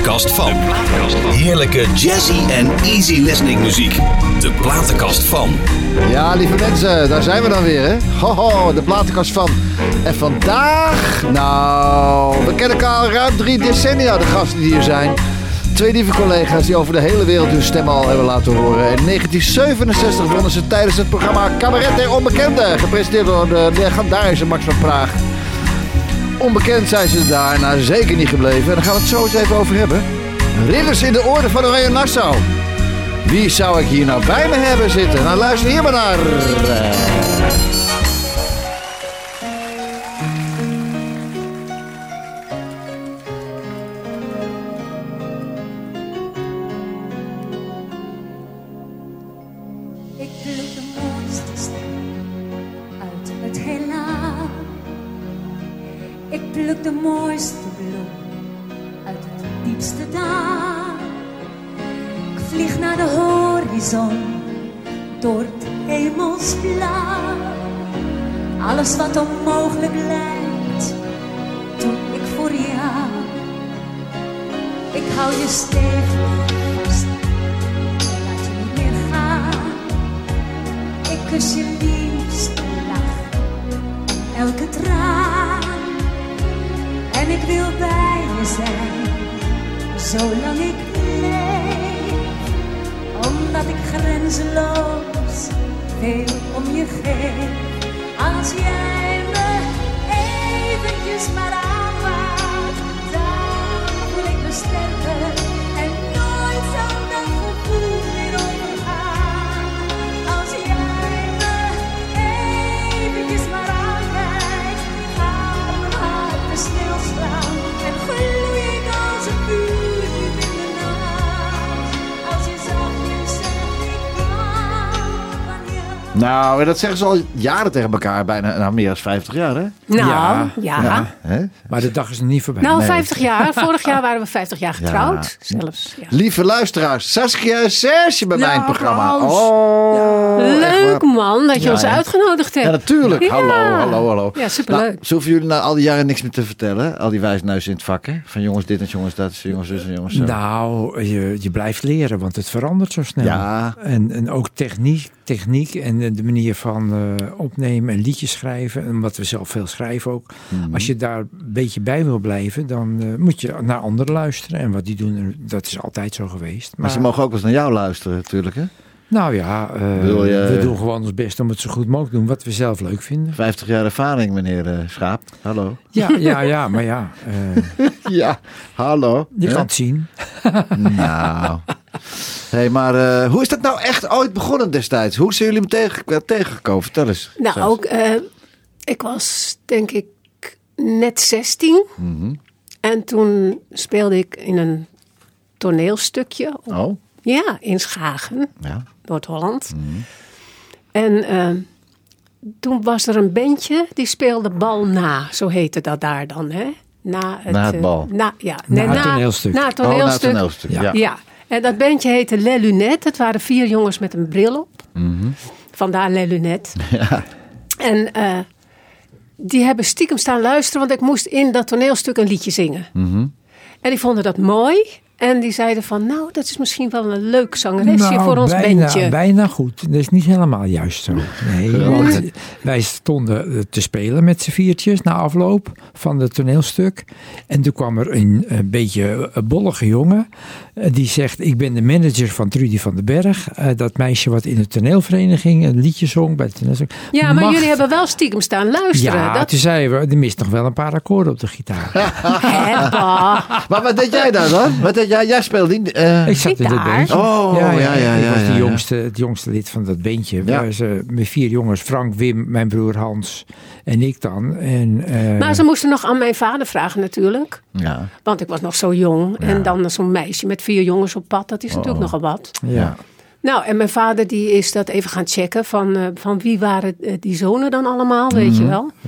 platenkast van. Heerlijke jazzy en easy listening muziek. De platenkast van. Ja, lieve mensen, daar zijn we dan weer, hè? Hoho, de platenkast van. En vandaag, nou, we kennen elkaar al ruim 3 decennia, de gasten die hier zijn. 2 lieve collega's die over de hele wereld hun stem al hebben laten horen. In 1967 wonnen ze tijdens het programma Cabaret der Onbekenden, gepresenteerd door de legendarische Max van Praag. Onbekend zijn ze daarna zeker niet gebleven. En daar gaan we het zo eens even over hebben. Ridders in de orde van Oranje Nassau. Wie zou ik hier nou bij me hebben zitten? Nou, luister hier maar naar. Ik pluk de mooiste ster uit het heelal. Ik pluk de mooiste bloem uit het diepste dal. Ik vlieg naar de horizon door het hemelsblauw. Alles wat onmogelijk lijkt, doe ik voor jou. Ik hou je stevig vast, laat je niet meer gaan. Ik kus je liefste lach, elke traan. En ik wil bij je zijn, zolang ik leef. Omdat ik grenzeloos veel om je geef. Als jij me eventjes maar aanraakt, dan voel ik me sterker en nooit zal dat gevoel weer overgaan. Als jij me eventjes maar aankijkt, gaat mijn hart stilstaan en gloei ik als een vuur diep in de nacht. Als je zachtjes zegt, ik hou van jou. Nou, dat zeggen ze al jaren tegen elkaar. Bijna meer dan 50 jaar, hè? Nou, ja. Hè? Maar de dag is nog niet voorbij. Nou, Nee. 50 jaar. Vorig jaar waren we 50 jaar getrouwd. Ja. Zelfs. Ja. Lieve luisteraars, Saskia en Serge bij Ja, mijn programma. applaus. Oh, echt Leuk waar. man dat je Ja, ons hè? uitgenodigd hebt. Ja, natuurlijk. Ja. Hallo. Ja, superleuk. Nou, ze hoeven jullie nou al die jaren niks meer te vertellen. Al die wijsneus in het vak, hè? Van jongens dit en jongens dat, jongens zus en jongens zo. Nou, je blijft leren, want het verandert zo snel. Ja. En ook techniek en de manier van opnemen en liedjes schrijven. En omdat we zelf veel schrijven ook. Als je daar een beetje bij wil blijven, dan moet je naar anderen luisteren. En wat die doen, dat is altijd zo geweest. Maar ze mogen ook wel eens naar jou luisteren, natuurlijk, hè? Nou ja, Wil je- we doen gewoon ons best om het zo goed mogelijk te doen. Wat we zelf leuk vinden. 50 jaar ervaring, meneer Schaap. Hallo. Ja, maar ja. Ja, hallo. Je Hè? kan het zien. Nou. Hey, maar hoe is dat nou echt ooit begonnen destijds? Hoe zijn jullie hem tegengekomen? Vertel eens. Nou, Zelfs. ook, ik was denk ik net 16. En toen speelde ik in een toneelstukje. Oh, Ja, in Schagen, ja. Noord-Holland. En toen was er een bandje die speelde bal na. Zo heette dat daar dan, hè? Na het bal. Na het toneelstuk. Na het Oh, na het toneelstuk. toneelstuk. Ja. Ja, en dat bandje heette Les Lunettes. Het waren 4 jongens met een bril op. Vandaar Les Lunettes. Ja. En die hebben stiekem staan luisteren, want ik moest in dat toneelstuk een liedje zingen. En die vonden dat mooi. En die zeiden van, nou, dat is misschien wel een leuk zangeresje voor ons bandje. Bijna goed. Dat is niet helemaal juist zo. Nee, want wij stonden te spelen met z'n viertjes na afloop van het toneelstuk. En toen kwam er een beetje bollige jongen. Die zegt, ik ben de manager van Trudy van den Berg. Dat meisje wat in de toneelvereniging een liedje zong bij het toneelstuk. Ja, maar jullie hebben wel stiekem staan luisteren. Ja, toen zeiden we, er mist nog wel een paar akkoorden op de gitaar. Maar wat deed jij daar dan? Wat deed jij? Jij speelde niet. Ik zat in het Gitaar. bandje. Oh, ja. Ik was ja. het jongste lid van dat bandje. Ja. We waren met 4 jongens. Frank, Wim, mijn broer Hans en ik dan. En, Maar ze moesten nog aan mijn vader vragen natuurlijk. Ja. Want ik was nog zo jong. En dan zo'n meisje met 4 jongens op pad. Dat is natuurlijk nogal wat. ja. Nou, en mijn vader die is dat even gaan checken. Van wie waren die zonen dan allemaal, weet je wel.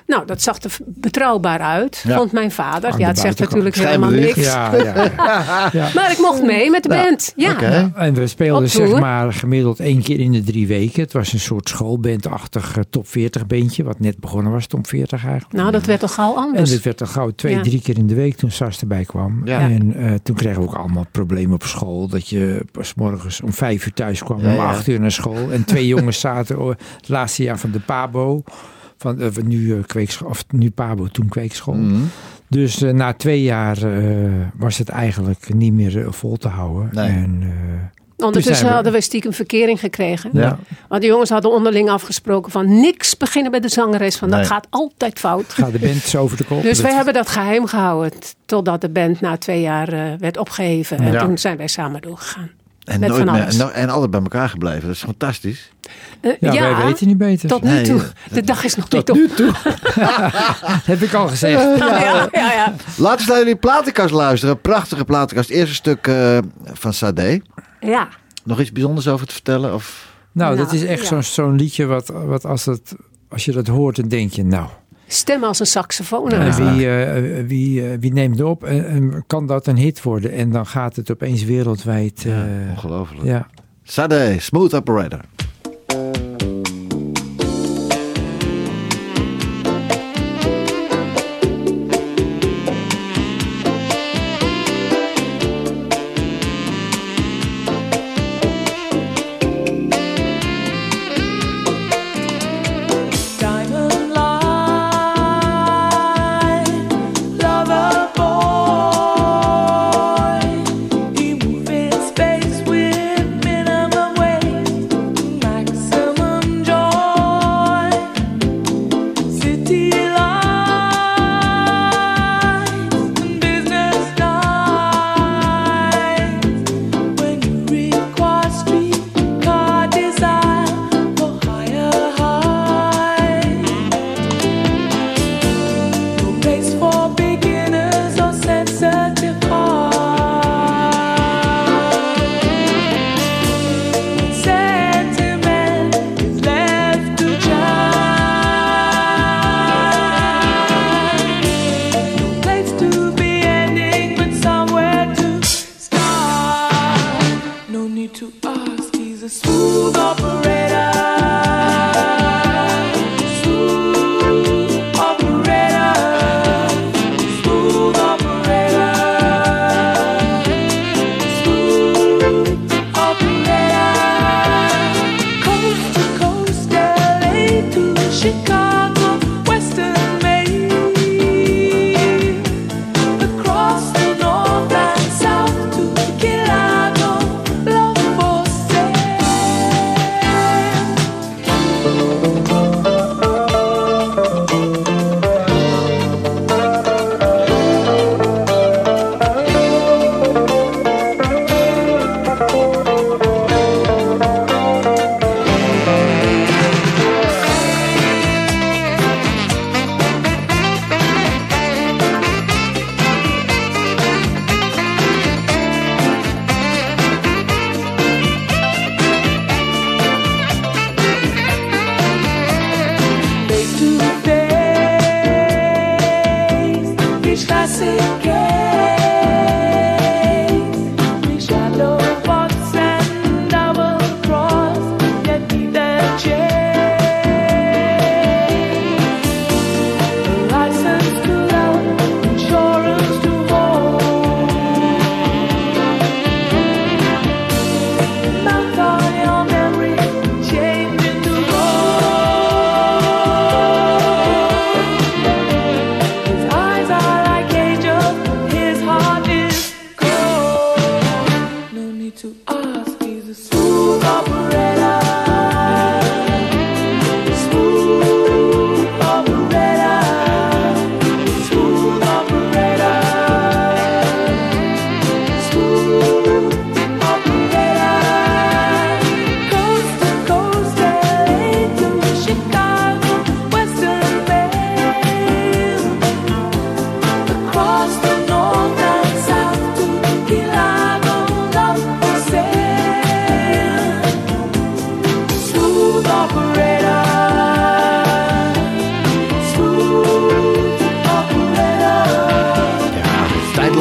Nou, dat zag er betrouwbaar uit, Ja. vond mijn vader. Aan Ja, de het zegt buitenkant. natuurlijk helemaal niks. Ja. Maar ik mocht mee met de band. Ja. Oké. En we Op speelden tour. zeg maar gemiddeld 1 keer in de 3 weken. Het was een soort schoolbandachtig top 40 bandje. Wat net begonnen was, top 40 eigenlijk. Nou, dat werd al gauw En anders. dit werd al gauw 2, Ja. 3 keer in de week toen Sas erbij kwam. Ja. En toen kregen we ook allemaal problemen op school. Dat je pas morgens om 5 uur thuis kwam, Ja, om ja. 8 uur naar school. En 2 jongens zaten het laatste jaar van de PABO. Van nu kweekschool, of nu PABO, toen kweekschool. Mhm. Dus na 2 jaar was het eigenlijk niet meer vol te houden. Nee. En, Ondertussen zijn we- hadden we stiekem verkering gekregen. Ja. Want de jongens hadden onderling afgesproken van niks beginnen bij de zangeres. Van Nee. dat gaat altijd fout. gaat de band zo over de kop. Dus Dat- wij hebben dat geheim gehouden. Totdat de band na 2 jaar werd opgeheven. En Ja. toen zijn wij samen doorgegaan. En, Met nooit van meer, alles. en altijd bij elkaar gebleven. Dat is fantastisch. Ja, wij weten niet beter. tot nu Nee, toe. ja. De dag is nog niet Tot op. nu toe. Heb ik al gezegd. Ja. Laten we naar jullie platenkast luisteren. Prachtige platenkast. Eerste stuk van Sade. Ja. Nog iets bijzonders over te vertellen? Of... Nou, dat Nou, is echt ja. zo'n liedje wat als je dat hoort, dan denk je, nou, Stem als een saxofoon. wie neemt het op en kan dat een hit worden? En dan gaat het opeens wereldwijd. Ongelooflijk. Ja. Sade, Smooth Operator. Diamond line, lover boy. You move in space with minimum weight.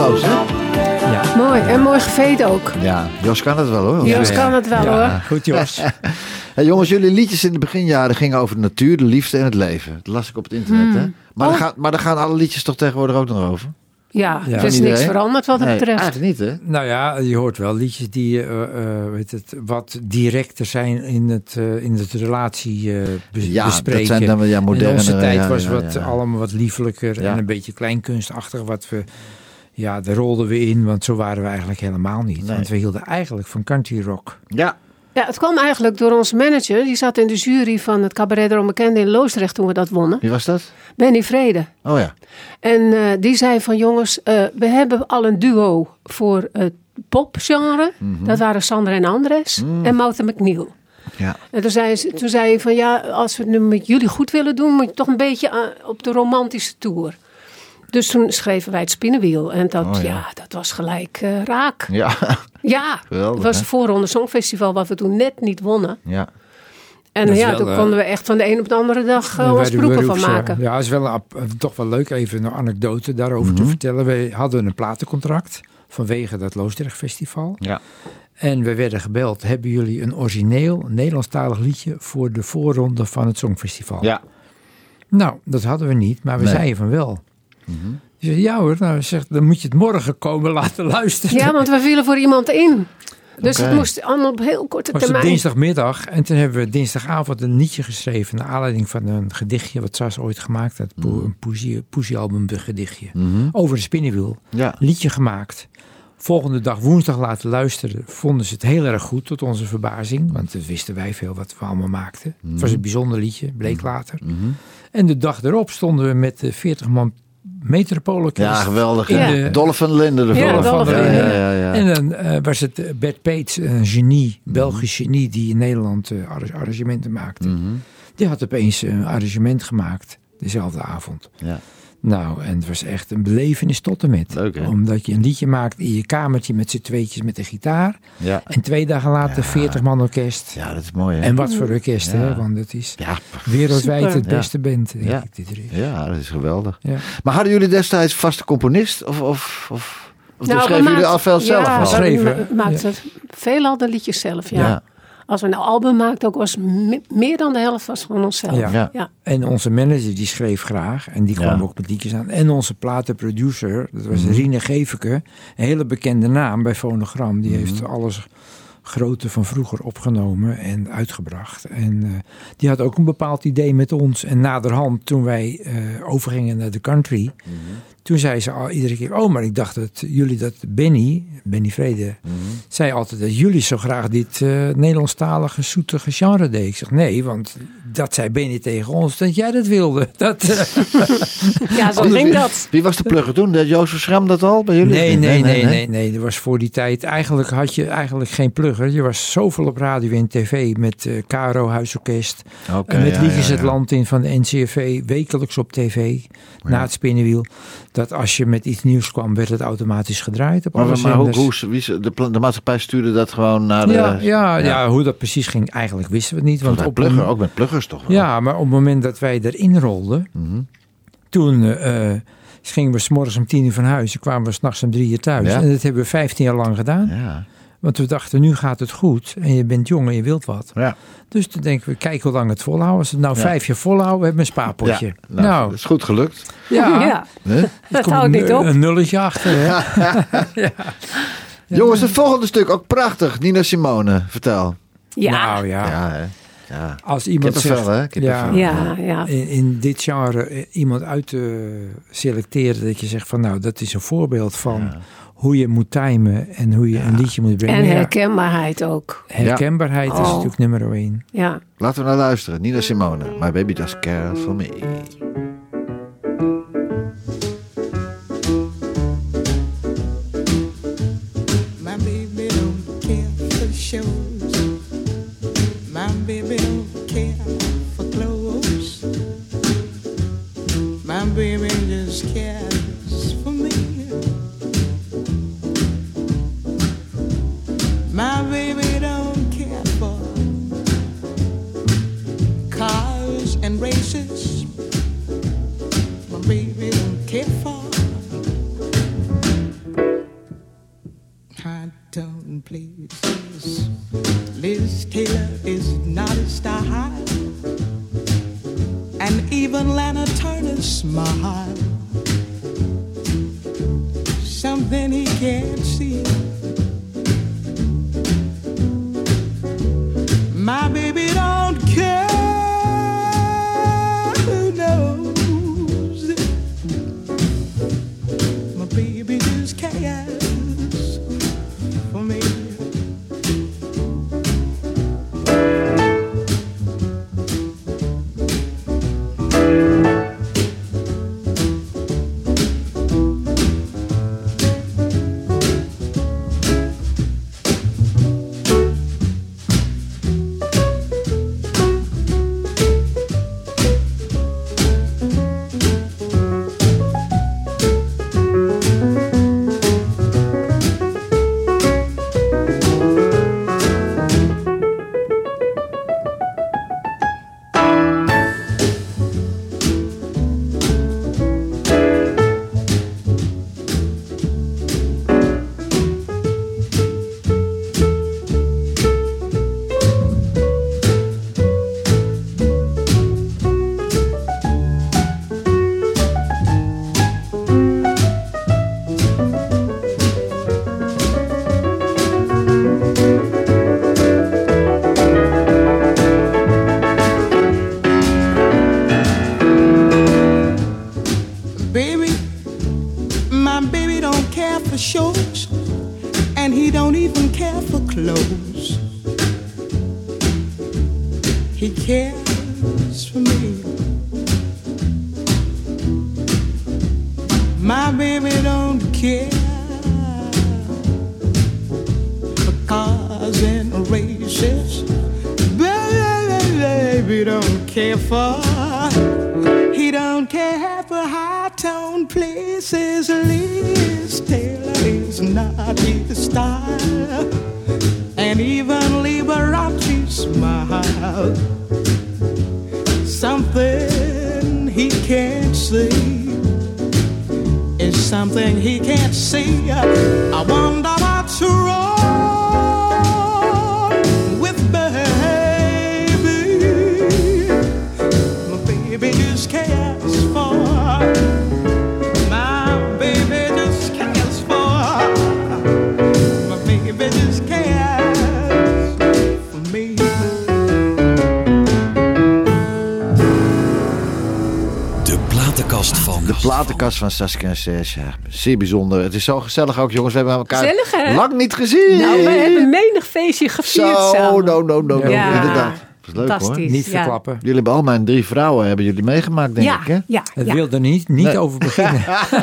applaus, hè? Ja. Mooi. En mooi geveed ook. Ja, Jos kan het wel, hoor. Jos kan het wel, Ja, hoor. goed, Jos. Hey, jongens, jullie liedjes in de beginjaren gingen over de natuur, de liefde en het leven. Dat las ik op het internet, hè? Maar daar gaan alle liedjes toch tegenwoordig ook nog over? Ja, Ja. er is Van niks iedereen? veranderd wat dat Nee, betreft. eigenlijk niet, hè? Nou ja, je hoort wel liedjes die wat directer zijn in het relatie bespreken. dat zijn dan wel moderne. In onze tijd was ja, wat ja. allemaal wat liefelijker Ja. en een beetje kleinkunstachtig. Daar rolden we in, want zo waren we eigenlijk helemaal niet. Nee. Want we hielden eigenlijk van country rock. Ja, Ja, het kwam eigenlijk door onze manager. Die zat in de jury van het Cabaret de Onbekende in Loosdrecht toen we dat wonnen. wie was dat? Benny Vrede. Oh ja. En die zei van jongens, we hebben al een duo voor het popgenre. Dat waren Sander en Andres en Mouthe McNeil. Ja. En toen zei hij van ja, als we het nu met jullie goed willen doen, moet je toch een beetje op de romantische tour. Dus toen schreven wij het Spinnenwiel. En dat, dat was gelijk raak. Ja. Ja, Geweldig, het was hè? het Voorronde Songfestival wat we toen net niet wonnen. Ja. En Dat is ja, wel, toen konden we echt van de een op de andere dag ons broeken van maken. Ja, het is wel toch wel leuk even een anekdote daarover te vertellen. We hadden een platencontract vanwege dat Loosdrecht Festival. Ja. En we werden gebeld, hebben jullie een origineel Nederlandstalig liedje voor de voorronde van het Songfestival? Ja. Nou, dat hadden we niet, maar we Nee. zeiden van wel. Die zei, ja hoor, nou, zegt, dan moet je het morgen komen laten luisteren. Ja, want we vielen voor iemand in. Dus Oké. het moest allemaal op heel korte Het was op termijn. dinsdagmiddag en toen hebben we dinsdagavond een liedje geschreven naar aanleiding van een gedichtje wat Sas ooit gemaakt had. Een poesiealbum gedichtje. Over de Spinnenwiel. Ja. Liedje gemaakt. Volgende dag woensdag laten luisteren. Vonden ze het heel erg goed tot onze verbazing. Want dat wisten wij veel wat we allemaal maakten. Het was een bijzonder liedje, bleek later. En de dag erop stonden we met de 40 man Metropoolorkest. Ja, geweldig. Ja. Ja. Dolph van der Linden ervoor. Ja, Dolph van der Linden. Ja. En dan was het Bert Peets, een genie, Belgisch genie, die in Nederland arrangementen maakte. Die had opeens een arrangement gemaakt, dezelfde avond. Ja. Nou, en het was echt een belevenis tot en met. Leuk, hè? Omdat je een liedje maakt in je kamertje met z'n tweetjes met de gitaar. Ja. En 2 dagen later 40 man orkest. Ja, dat is mooi, hè? En wat voor orkest, Ja. hè? Want het is Ja, wereldwijd Super. het beste band, denk Ja. ik, dit er is. ja, dat is geweldig. Ja. Maar hadden jullie destijds vaste componist? Of Nou, schreven jullie al veel zelf? Ja, al? Schreven. we maakten veelal de liedjes zelf, ja. Ja. Als we een album maakten, ook was meer dan de helft was van onszelf. Ja. Ja. En onze manager die schreef graag. En die kwam Ja. ook met liedjes aan. En onze platenproducer, dat was Rine Geveke. Een hele bekende naam bij Phonogram. Die heeft alles grote van vroeger opgenomen en uitgebracht. En die had ook een bepaald idee met ons. En naderhand, toen wij overgingen naar de country... Toen zei ze al iedere keer, oh, maar ik dacht dat jullie dat Benny Vrede, zei altijd dat jullie zo graag dit Nederlandstalige, zoetige genre deed. Ik zeg, nee, want dat zei Benny tegen ons, dat jij dat wilde. Ja, zo ging dat. Wie was de plugger toen? Deed Jozef Schram dat al bij jullie? Nee. Er was voor die tijd, eigenlijk had je eigenlijk geen plugger. Je was zoveel op radio en tv met KRO Huisorkest. Oké, Met ja, liedjes ja, het ja. land in van de NCRV, wekelijks op tv, na het Spinnenwiel. Dat als je met iets nieuws kwam, werd het automatisch gedraaid op alle Maar zenders. de maatschappij stuurde dat gewoon naar de... Ja, hoe dat precies ging, eigenlijk wisten we het niet. Want ook met pluggers toch wel? ja, maar op het moment dat wij erin rolden, toen gingen we 's morgens om 10:00 van huis en kwamen we 's nachts om 3:00 thuis. Ja. En dat hebben we 15 jaar lang gedaan. Ja. Want we dachten, nu gaat het goed en je bent jong en je wilt wat. Ja. Dus toen denken we, kijk hoe lang het volhouden. Als we het nou 5 jaar volhouden, we hebben een spaarpotje. Ja. Nou, dat is goed gelukt. Ja, Hè? dat komt houdt niet op. een nulletje achter. Hè? Jongens, het volgende stuk ook prachtig. Nina Simone, vertel. Ja, Nou ja, Ja, hè? Ja. als iemand Kippenvel, zegt, hè? Kippenvel. ja. in dit genre iemand uit te selecteren, dat je zegt van nou, dat is een voorbeeld van hoe je moet timen en hoe je een liedje moet brengen. En Ja, herkenbaarheid ook. herkenbaarheid is Oh. natuurlijk nummer 1. Ja. Laten we naar luisteren. Nina Simone. My baby does care for me. My baby don't care for shows. My baby don't care for clothes. My baby just cares for me. My baby don't care for cars and races. and even Lana Turner smile. Something he can't see. My baby don't care who knows it. My baby just cares for me. Shows, and he don't even care for clothes. He cares for me. My baby don't care for cars and races. Baby don't care for. He don't care for high-tone places. Liz Taylor is not his style, and even Liberace smile. Something he can't see is something he can't see. I wonder what's wrong with baby. My baby just cares for. My baby just cares for. My baby just cares for me. De platenkast van... De platenkast van Saskia en Serge. Ja, zeer bijzonder. Het is zo gezellig ook, jongens. We hebben elkaar Gezellig, hè? lang niet gezien. Nou, we hebben menig feestje gevierd samen. No. Ja. Inderdaad. Dat is leuk, hoor. Fantastisch. Niet Ja. verklappen. Jullie hebben al mijn 3 vrouwen hebben jullie meegemaakt, denk ik, hè? Ja, Het ja. wil er niet over beginnen.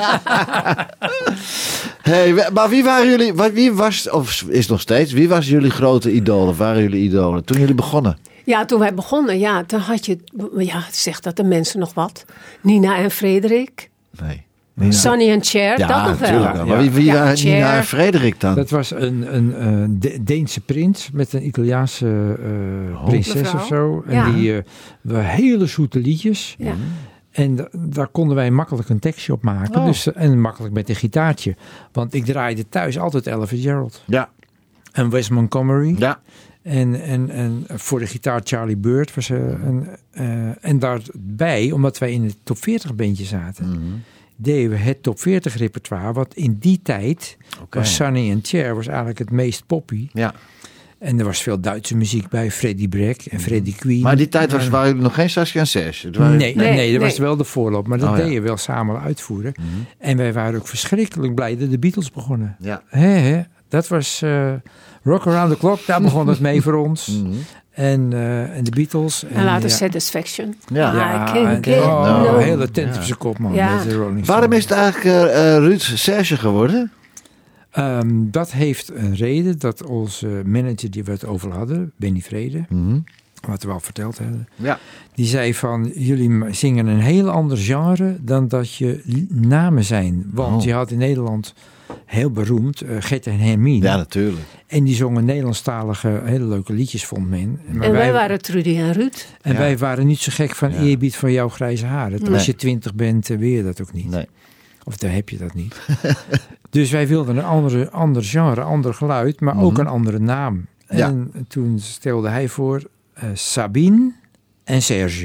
Hey, maar wie waren jullie... Wie was, of is nog steeds... Wie was jullie grote idolen? Of waren jullie idolen toen jullie begonnen? Ja, toen wij begonnen, toen had je... Ja, zegt dat de mensen nog wat. Nina en Frederik. Nee. Sonny en Cher, Ja, dat nog wel. natuurlijk wel. Maar wie Ja, waren Cher. Nina en Frederik dan? Dat was een Deense prins met een Italiaanse prinses Mevrouw. of zo. En Ja. die waren hele zoete liedjes. Ja. En daar konden wij makkelijk een tekstje op maken. Oh. Dus, en makkelijk met een gitaartje. Want ik draaide thuis altijd Ella Fitzgerald. Ja. En Wes Montgomery. Ja. En voor de gitaar Charlie Bird was en daarbij, omdat wij in het top 40 bandje zaten, deden we het top 40 repertoire. Wat in die tijd was Sonny and Cher was eigenlijk het meest poppy. Ja. En er was veel Duitse muziek bij, Freddie Breck en Freddie Queen. Maar die tijd waren jullie nog geen Saskia en Serge? Het waren- Nee, dat was nee. wel de voorloop. Maar dat Oh, ja. deden we wel samen uitvoeren. En wij waren ook verschrikkelijk blij dat de Beatles begonnen. Ja. Dat was Rock Around the Clock, daar begon het mee voor ons. En de Beatles. En later ja. Satisfaction. Ja. I can get Oh, no. hele tent op zijn kop, man. Ja. Met de Rolling Waarom Stones. is het eigenlijk Ruud Serge geworden? Dat heeft een reden dat onze manager die we het over hadden, Benny Vrede, wat we al verteld hebben, Ja. die zei van, jullie zingen een heel ander genre dan dat je namen zijn. Want je had in Nederland heel beroemd Gert en Hermine. Ja, natuurlijk. En die zongen Nederlandstalige hele leuke liedjes, vond men. Maar En wij waren Trudy en Ruud. En wij waren niet zo gek van eerbied voor jouw grijze haren. Als je 20 bent, wil je dat ook niet. Nee. Of dan heb je dat niet. Dus wij wilden een ander genre, ander geluid, maar ook een andere naam. Ja. En toen stelde hij voor Sabine en Serge.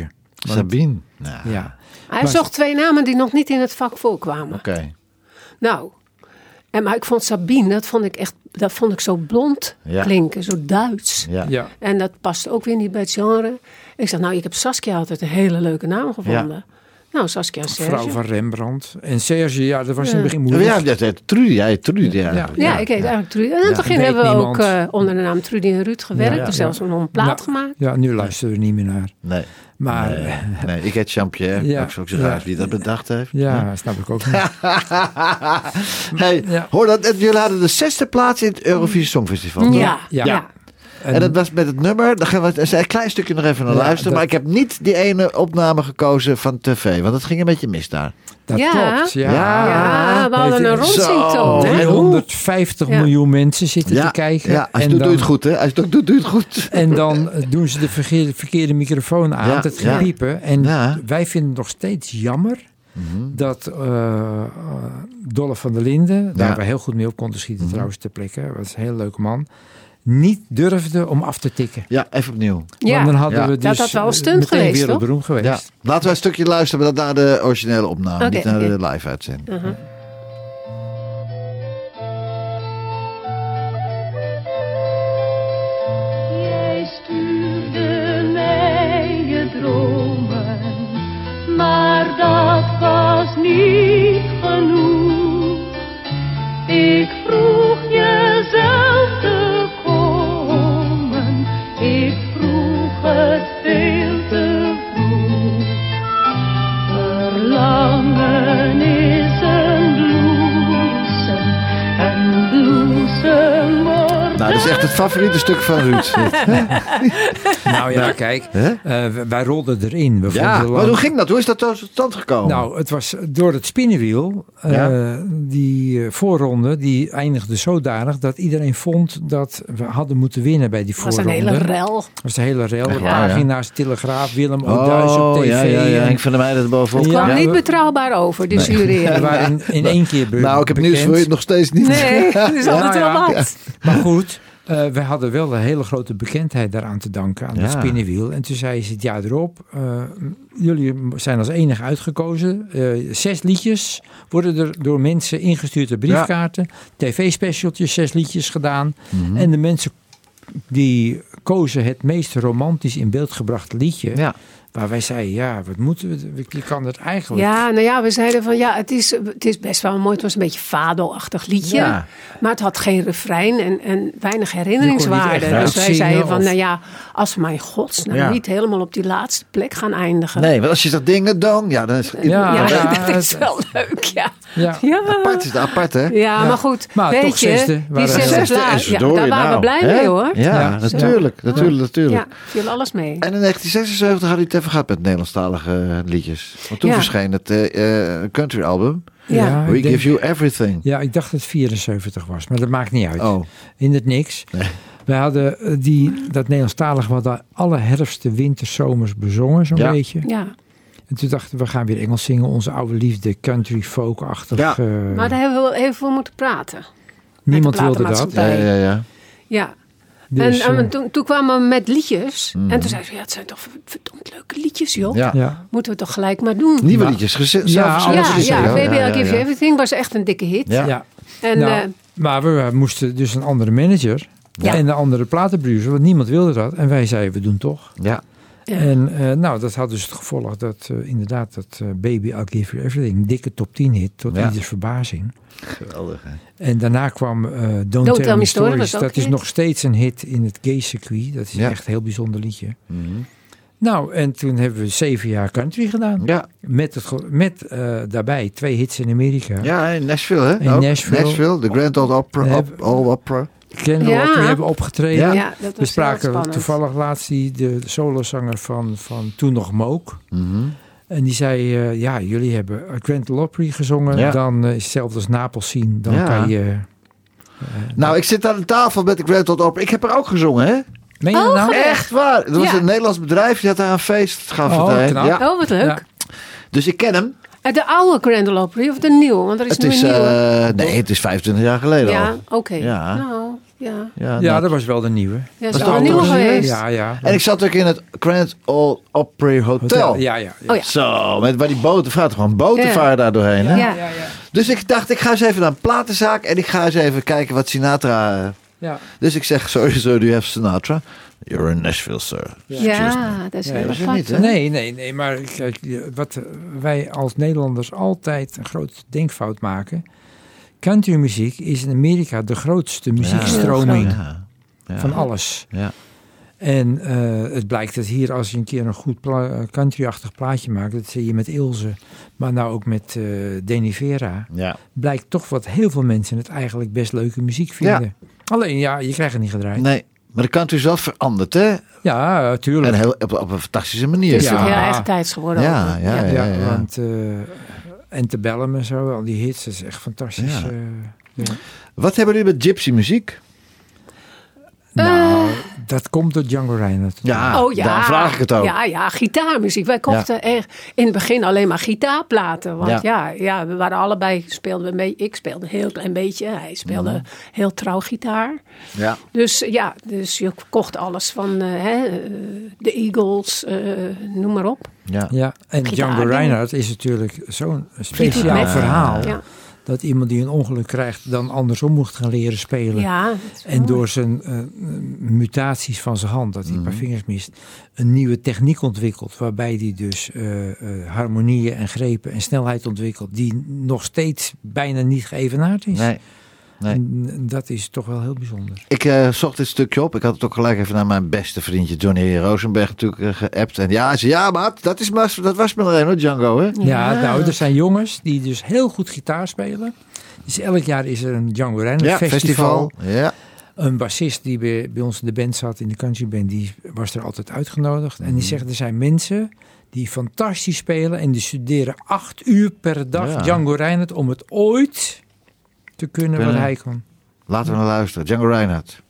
Sabine. Nou, Ja. Hij Maar- zocht 2 namen die nog niet in het vak voorkwamen. Oké. Nou, maar ik vond Sabine, dat vond ik zo blond Ja. klinken, zo Duits. Ja. Ja. En dat past ook weer niet bij het genre. Ik zeg, ik heb Saskia altijd een hele leuke naam gevonden. Nou, Saskia en Serge. Vrouw van Rembrandt. En Serge, ja, dat was in het begin moeilijk. Ja, dat heet Trudy. Jij heet Trudy. Ja. Ja, ik heet eigenlijk Trudy. En in het begin weet hebben we niemand. ook onder de naam Trudy en Ruud gewerkt. Ja, Dus ja. zelfs nog een plaat Ja. gemaakt. Ja, nu luisteren we niet meer naar. Nee. Maar Nee, ik heet Jean-Pierre. Ja. Ook zo raar wie dat bedacht heeft. ja, snap ik ook niet. Hey, Ja. hoor dat, jullie hadden de 6e plaats in het Eurovisie Songfestival. Ja. Ja. En dat was met het nummer, daar gaan we een klein stukje nog even naar Ja, luisteren. dat- Maar ik heb niet die ene opname gekozen van tv, want het ging een beetje mis daar. Dat Ja. klopt. Ja. Ja, we hadden een Zo. rondzingtoon. hè? 350 Ja. miljoen mensen zitten te kijken. Ja, als je en doet, doe dan, je het goed, hè? Als je het ook doe je het goed. En dan doen ze de verkeerde microfoon aan, Ja, het ja. gepiepen. En Ja. wij vinden het nog steeds jammer dat Dolle van der Linden, waar we heel goed mee op konden schieten trouwens ter plekke, was een heel leuke man, niet durfde om af te tikken. Ja, even opnieuw. Ja. Want dan hadden Ja. we Dat dus had wel een stunt meteen geweest, wereldberoemd geweest. Ja. Laten we een stukje luisteren, maar dat naar de originele opname, Oké, niet naar oké. de live-uitzending. Jij stuurde mij je dromen, maar dat was niet genoeg. Ik vroeg je zelf te komen, ik vroeg het veel te vroeg. Verlangen is een bloesem wordt. Nou, dat is echt het favoriete stuk van Ruud. Nou ja, kijk, wij rolden erin. We Ja, vonden maar lang- hoe ging dat? Hoe is dat tot stand gekomen? Nou, het was door het spinnenwiel. Die voorronde, die eindigde zodanig dat iedereen vond dat we hadden moeten winnen bij die Het was voorronde. een hele rel. Dat was een hele rel. Echt De waar, ja? pagina's, Telegraaf, Willem Oudhuis op tv. ja, en ik vind de meiden er bovenop. Ja, Kwam niet we- betrouwbaar over, de jury. we waren in één keer Nou, ik heb nieuws voor je, nog steeds niet. Nee, dat is altijd Nou wel ja. wat. Maar goed, we hadden wel een hele grote bekendheid daaraan te danken, aan het Ja. spinnenwiel. En toen zei ze het jaar erop, jullie zijn als enige uitgekozen. 6 liedjes worden er door mensen ingestuurd op briefkaarten. TV-specialtjes, 6 liedjes gedaan. En de mensen die kozen het meest romantisch in beeld gebrachte liedje. Ja. Waar wij zeiden, ja, wat moeten we? Je kan het eigenlijk... Ja, nou ja, we zeiden van ja, het is best wel mooi. Het was een beetje fado-achtig liedje. Ja. Maar het had geen refrein en weinig herinneringswaarde. echt Dus wij uitzingen zeiden van, of- nou ja, als we maar in godsnaam Ja. niet helemaal op die laatste plek gaan eindigen. Nee, want als je zegt dingen dong, ja, dan is het Ja, Ja, ja, dat is het- wel leuk, ja. Ja. Ja, apart. Is het apart, hè? ja, maar goed, Maar weet toch je, zesde die waren we. 6 Zesde en plaats, ja, verdorie, daar waren we nou, blij hè? mee hoor. Ja, Ja. natuurlijk. Ja, viel alles mee. En in 1976 had hij het even gehad met Nederlandstalige liedjes. Want toen Ja. verscheen het country album. Ja. We ik denk- Give You Everything. Ja, ik dacht dat het 74 was, maar dat maakt niet uit. Oh, In het niks. Nee. Wij hadden dat Nederlandstalig, we hadden alle herfsten, winters, zomers bezongen zo'n Ja. beetje. Ja, En toen dachten we gaan weer Engels zingen, onze oude liefde, country, folk-achtig. Ja. maar daar hebben we wel even voor moeten praten. Niemand de wilde dat. platenmaatschappij. ja. Ja, Dus, en toen kwamen we met liedjes. En toen zei ze, ja, het zijn toch verdomd leuke liedjes, joh. Ja. ja. Moeten we toch gelijk maar doen. Nieuwe Ja. liedjes. Ja, Ja, alles VBL Give You Everything was echt een dikke hit. Ja. Ja. En Nou, maar we moesten dus een andere manager Ja. en een andere platenproducer, want niemand wilde dat. En wij zeiden, we doen toch. Ja. Ja. En nou, dat had dus het gevolg dat inderdaad dat Baby I'll Give You Everything, een dikke top 10 hit, tot Ja. ieders verbazing. Geweldig, hè? En daarna kwam Don't Tell Me Stories. was ook Dat is hit. nog steeds een hit in het gay circuit. Dat is Ja. echt een heel bijzonder liedje. Nou, en toen hebben we 7 jaar country gedaan. Ja. Met daarbij 2 hits in Amerika. Ja, in Nashville, hè? In Ook. Nashville. de Grand Ole Opera. We hebben- All Opera. Candle Ja. Opera hebben opgetreden. Ja. Ja, dat We was heel spraken spannend. toevallig laatst de solozanger van toen nog Mook. En die zei, ja, jullie hebben Grand Ole Opry gezongen. Ja. Dan is hetzelfde als Napels zien. Dan Ja. kan je... Nou, ik zit aan de tafel met de Grand Ole Opera. Ik heb er ook gezongen, hè? Meen je dat nou? Echt waar. Dat was Ja. een Nederlands bedrijf. Die had daar een feest gaf. Oh, het, hè? knap. Ja. Oh, wat leuk. Ja. Dus ik ken hem. De oude Grand Ole Opry of de nieuwe? Want er is Het nu is, een nieuwe. nee, het is 25 jaar geleden Ja, al. oké. Ja. Nou, Ja, nou, dat was wel de nieuwe. Ja, is Was wel dat een nieuwe ook een nieuwe? geweest. Ja. En ik zat ook in het Grand Ole Opry Hotel. Ja. Oh ja. Zo, waar die boten varen, gewoon boten Ja. varen daar doorheen. Hè? Ja. Dus ik dacht, ik ga eens even naar een platenzaak en ik ga eens even kijken wat Sinatra... Ja. Dus ik zeg, sorry sir, do you have Sinatra? You're in Nashville, sir. Ja, dat is Ja, heel dat is er apart. niet, hè? Nee, maar kijk, wat wij als Nederlanders altijd een grote denkfout maken. Countrymuziek is in Amerika de grootste muziekstroming van alles. Ja. En het blijkt dat hier, als je een keer een goed country-achtig plaatje maakt, dat zie je met Ilse, maar nou ook met Danny Vera, Ja. blijkt toch wat heel veel mensen het eigenlijk best leuke muziek vinden. Alleen je krijgt het niet gedraaid. Nee, maar de country is wel veranderd, hè? Ja, tuurlijk. En heel, op een fantastische manier. Het is Ja. ook heel eigen tijds geworden. Ja, ook. ja, ja. Want Antebellum en zo, al die hits, dat is echt fantastisch. Ja. Wat hebben jullie met gypsy muziek? Nou, dat komt door Django Reinhardt. Ja, Oh ja, daar vraag ik het ook. Ja, gitaarmuziek. Wij kochten echt in het begin alleen maar gitaarplaten. Want ja, we waren allebei, speelden we mee. Ik speelde een heel klein beetje. Hij speelde heel trouw gitaar. Ja. Dus je kocht alles van de Eagles, noem maar op. Ja. En Gitaar, Django ja. Reinhardt is natuurlijk zo'n Fleetwood speciaal Mac. verhaal. Ja. Dat iemand die een ongeluk krijgt dan andersom moet gaan leren spelen. Ja, dat is wel En mooi. door zijn mutaties van zijn hand, dat hij een paar vingers mist, een nieuwe techniek ontwikkelt. Waarbij hij dus harmonieën en grepen en snelheid ontwikkelt. Die nog steeds bijna niet geëvenaard is. Nee. En dat is toch wel heel bijzonder. Ik zocht dit stukje op. Ik had het ook gelijk even naar mijn beste vriendje Johnny Rosenberg natuurlijk geappt. En ja, hij zei, ja maat, dat was maar er een hoor, Django. Hè? Ja, nou, er zijn jongens die dus heel goed gitaar spelen. Dus elk jaar is er een Django Reinhardt festival. Ja. Een bassist die bij ons in de band zat, in de countryband, die was er altijd uitgenodigd. En die zegt, er zijn mensen die fantastisch spelen en die studeren 8 uur per dag Django Reinhardt om het ooit te kunnen wat hij kon. Laten we naar luisteren. Django Reinhardt.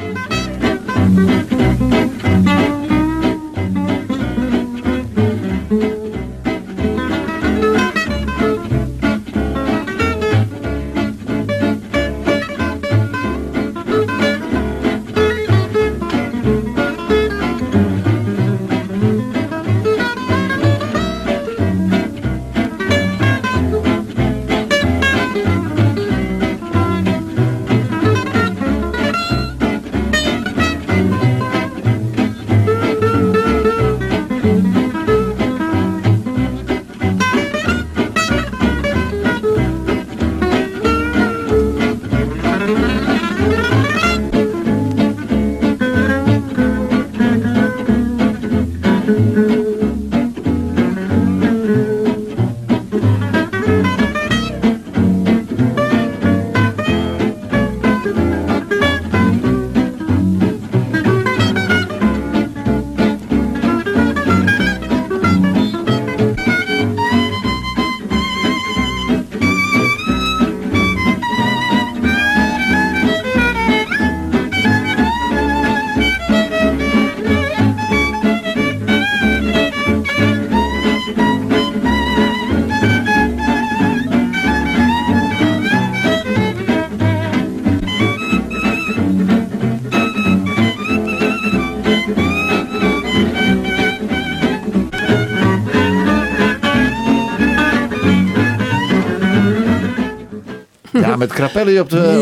Ja, met Crapelli op de...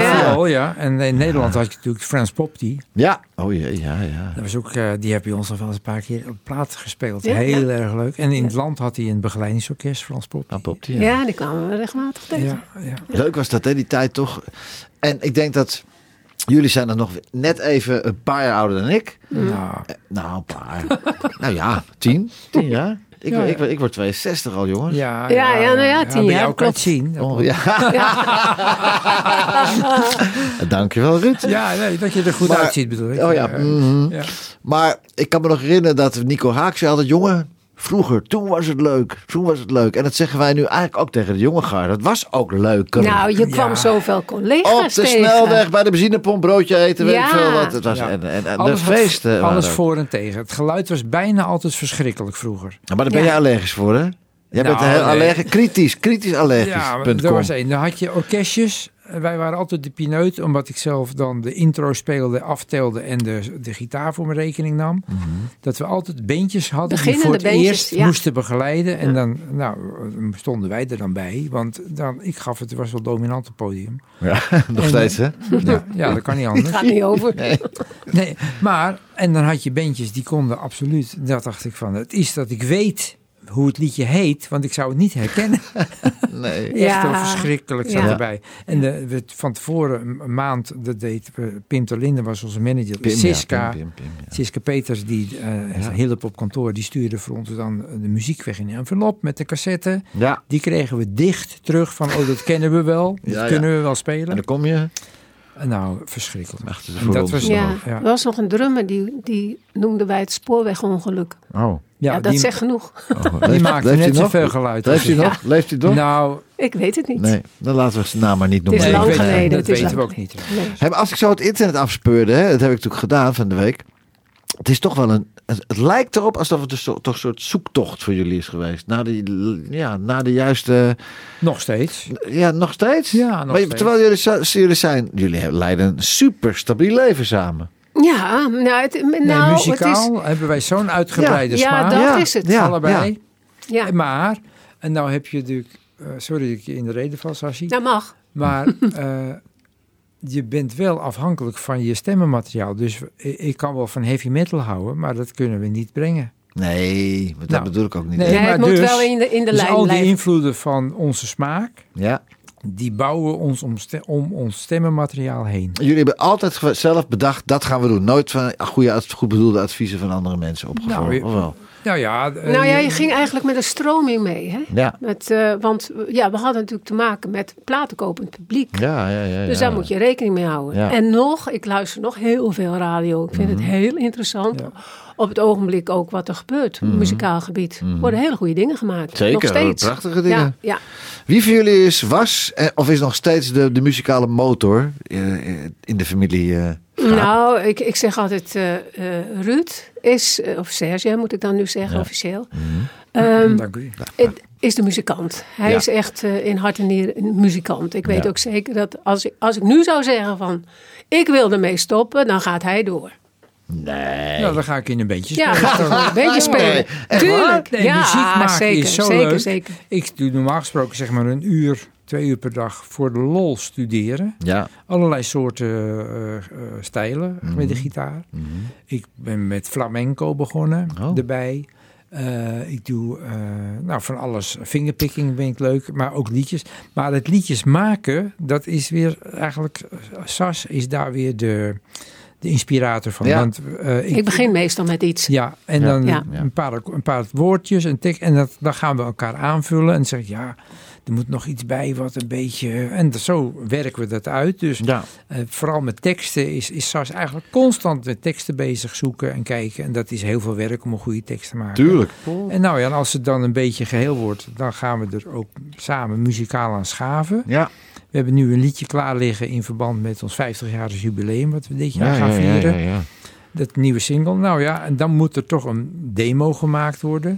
Ja. En in Nederland had je natuurlijk Frans Popti. Ja. Oh jee, ja. Dat was ook, die heb je ons al wel eens een paar keer op plaat gespeeld. Heel erg leuk. En in het land had hij een begeleidingsorkest, Frans Popti. Ja, die kwamen we regelmatig tegen. Ja. Leuk was dat, hè, die tijd toch. En ik denk dat jullie zijn er nog net even een paar jaar ouder dan ik. Nou, een paar. Nou ja, 10 jaar. Ik word 62 al, jongens. Ja, 10 jaar, bij jou kan je klopt. het zien. Oh, ja. Dankjewel, Ruud. Ja, nee, dat je er goed uitziet, bedoel ik. Oh ja. Ja. Maar ik kan me nog herinneren dat Nico Haak zei altijd, jongen, vroeger, toen was het leuk. En dat zeggen wij nu eigenlijk ook tegen de jonge gaar. Dat was ook leuk. Nou, je kwam zoveel collega's op de tegen. snelweg bij de benzinepomp broodje eten, weet ik veel wat. Het was, en de feesten. Alles voor en tegen. Het geluid was bijna altijd verschrikkelijk vroeger. Maar daar ben je allergisch voor, hè? Jij bent heel allergisch, kritisch allergisch. Ja, er was één. Dan had je orkestjes. wij waren altijd de pineut, omdat ik zelf dan de intro speelde, aftelde en de gitaar voor mijn rekening nam. Dat we altijd bandjes hadden die voor het eerst moesten begeleiden. En dan stonden wij er dan bij. Want ik gaf het was wel dominant op het podium. Ja, nog steeds hè? Ja, dat kan niet anders. Het gaat niet over. Nee, maar, en dan had je bandjes die konden absoluut, dat dacht ik van, het is dat ik weet hoe het liedje heet, want ik zou het niet herkennen. Nee. Echt heel verschrikkelijk zat erbij. En van tevoren een maand, dat deed Pim ter Linden was onze manager. Siska Peters, die hielp op kantoor, die stuurde voor ons dan de muziek weg in een envelop met de cassette. Ja. Die kregen we dicht terug van, dat kennen we wel. Dat kunnen we wel spelen. En dan kom je... Nou, verschrikkelijk. Dat was er was nog een drummer, die noemden wij het spoorwegongeluk. Oh. Ja, dat zegt genoeg. Die maakte net zoveel geluid. Leeft hij nog? Leeft hij nog? Nou, ik weet het niet. Nee, dan laten we zijn naam maar niet noemen. Het is lang geleden. Dat weten we ook niet. Nee. Als ik zo het internet afspeurde, dat heb ik natuurlijk gedaan van de week. Het is toch wel het lijkt erop alsof het dus toch een soort zoektocht voor jullie is geweest. Naar de juiste... Nog steeds. Ja, nog steeds? Ja, nog steeds. Terwijl jullie leiden een super stabiel leven samen. Ja, muzikaal hebben wij zo'n uitgebreide smaak. Ja, dat is het. Ja, allebei. Ja. Maar, en nou heb je natuurlijk... sorry dat ik je in de reden val, Sashi. Dat mag. Maar... je bent wel afhankelijk van je stemmenmateriaal. Dus ik kan wel van heavy metal houden, maar dat kunnen we niet brengen. Nee, dat bedoel ik ook niet. Nee, maar het moet wel in de lijn dus al die blijven. invloeden van onze smaak, die bouwen ons om ons stemmenmateriaal heen. Jullie hebben altijd zelf bedacht, dat gaan we doen. Nooit van goed bedoelde adviezen van andere mensen opgevolgd, of wel? Je ging eigenlijk met een stroming mee. Hè? Ja. Want we hadden natuurlijk te maken met platenkopend publiek. Ja. Dus daar moet je rekening mee houden. Ja. En ik luister nog heel veel radio. Ik vind het heel interessant. Ja. Op het ogenblik ook wat er gebeurt. Op het muzikaal gebied. Er worden hele goede dingen gemaakt. Zeker, nog steeds. Prachtige dingen. Ja. Wie van jullie was of is nog steeds de muzikale motor in de familie? Nou, ik zeg altijd Ruud is, of Serge moet ik dan nu zeggen officieel. Dank u. Is de muzikant. Hij is echt in hart en nieren een muzikant. Ik weet ook zeker dat als ik nu zou zeggen van ik wil ermee stoppen, dan gaat hij door. Nee. Nou, dan ga ik in een beetje spelen. Ja, een beetje spelen. Nee. Tuurlijk. Nee, muziek maken zeker, is zo zeker, leuk. Zeker. Ik doe normaal gesproken zeg maar 1 uur, 2 uur per dag voor de lol studeren. Ja. Allerlei soorten stijlen met de gitaar. Ik ben met flamenco begonnen erbij. Ik doe van alles. Fingerpicking vind ik leuk, maar ook liedjes. Maar het liedjes maken, dat is weer eigenlijk... Sas is daar weer de inspirator van. Ja. Want, ik begin meestal met iets. Ja, en dan een paar woordjes, een tekst. En dan gaan we elkaar aanvullen. En dan zeg ik, er moet nog iets bij wat een beetje... En zo werken we dat uit. Dus vooral met teksten is Sas eigenlijk constant met teksten bezig zoeken en kijken. En dat is heel veel werk om een goede tekst te maken. Tuurlijk. En en als het dan een beetje geheel wordt, dan gaan we er ook samen muzikaal aan schaven. Ja. We hebben nu een liedje klaar liggen in verband met ons 50-jarig jubileum, wat we dit jaar gaan vieren. Ja. Dat nieuwe single. En dan moet er toch een demo gemaakt worden.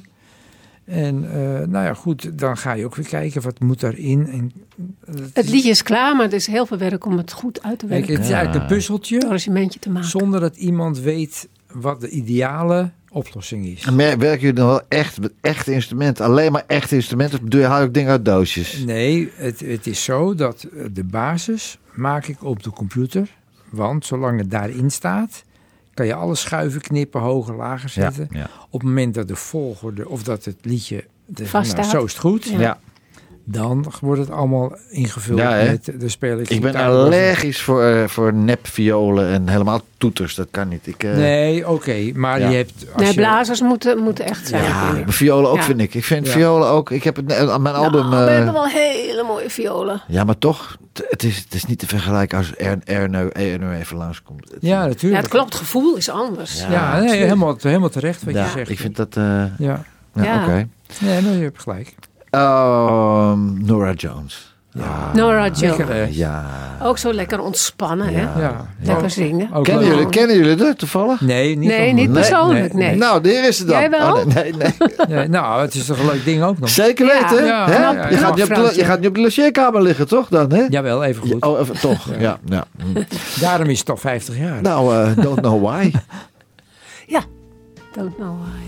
En goed, dan ga je ook weer kijken wat moet daarin. En het liedje is klaar, maar het is heel veel werk om het goed uit te werken. Het is eigenlijk een puzzeltje. Een arrangementje te maken. Zonder dat iemand weet wat de ideale oplossing is. En werken jullie dan wel echt met echte instrumenten? Alleen maar echte instrumenten? Of haal je ook dingen uit doosjes? Nee, het is zo dat de basis maak ik op de computer. Want zolang het daarin staat, kan je alles schuiven, knippen, hoger, lager zetten. Ja. Op het moment dat de volgorde of dat het liedje vaststaat. Zo is het goed. Ja. Dan wordt het allemaal ingevuld met de speler. Ik ben allergisch voor nepviolen en helemaal toeters. Dat kan niet. Nee, oké. Maar je hebt... blazers moeten echt zijn. Ja, violen ook vind ik. Ik vind violen ook... Ik heb het aan mijn album... we hebben wel hele mooie violen. Ja, maar toch... Het is niet te vergelijken als Erno even langskomt. Ja, natuurlijk. Ja, het klopt. Het gevoel is anders. Ja, helemaal terecht wat je zegt. Ik vind dat... Oké. Nee, je hebt gelijk. Norah Jones. Nora Jones. Lekker, Ja. Ook zo lekker ontspannen, hè? ja. Lekker zingen. Ook Kennen jullie het toevallig? Nee, niet Nee, van- niet persoonlijk, nee. Nou, de heer is het dan. Jij wel? Oh, nee. Nee, nou, het is toch een leuk ding ook nog. Zeker weten. Ja. Hè? Ja. Je gaat niet op de logeerkamer liggen, toch dan? Hè? Jawel, even goed. Oh, even, toch. Ja. Daarom is het toch 50 jaar. Nou, don't know why. Ja, don't know why.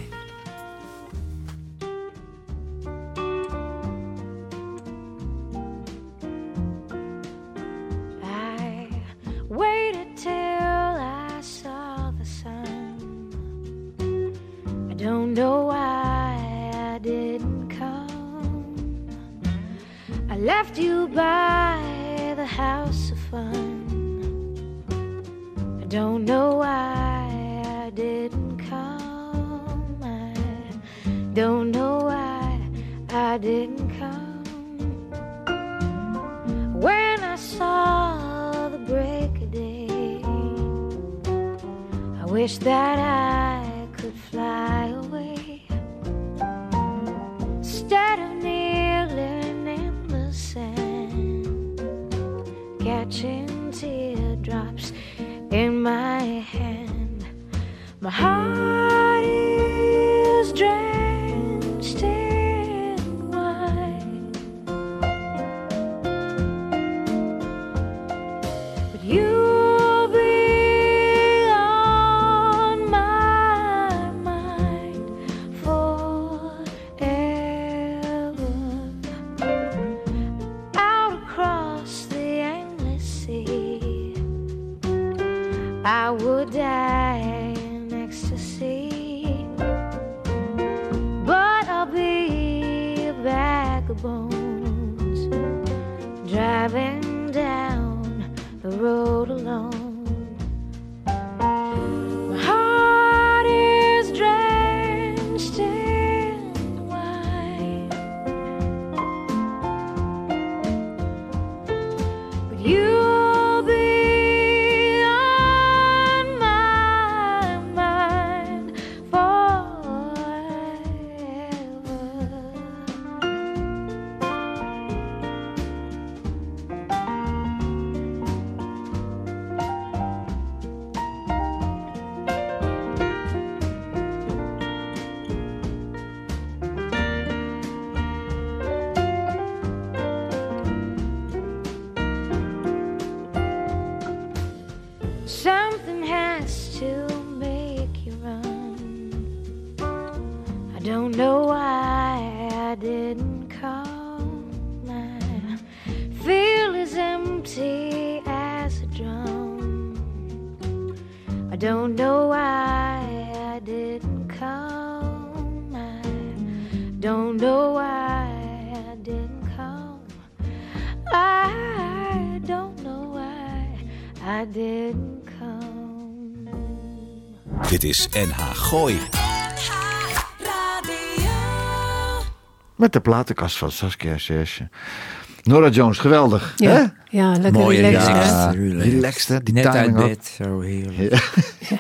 I waited till I saw the sun. I don't know why I didn't come. I left you by the house of fun. I don't know why I didn't come. I don't know why I didn't come. When I saw the break of day, I wish that I could fly away. Instead of kneeling in the sand, catching teardrops in my hand. My heart is drenched in wine, but you'll be on my mind forever. Out across the endless sea, I would die in ecstasy, but I'll be a bag of bones, driving down the road alone. My heart is drenched in wine, but you'll be on my mind forever. Something has to make you run. I don't know why I didn't come. I feel as empty as a drum. I don't know why I didn't come. I don't know why I didn't come. I don't know why I didn't come. Dit is NH Gooi. Met de platenkast van Saskia Serge. Nora Jones, geweldig. Ja, Hè? ja lekker Mooie relaxed. ja. hè? Relaxed, hè? Die Net uit timing ook. bed, zo heerlijk.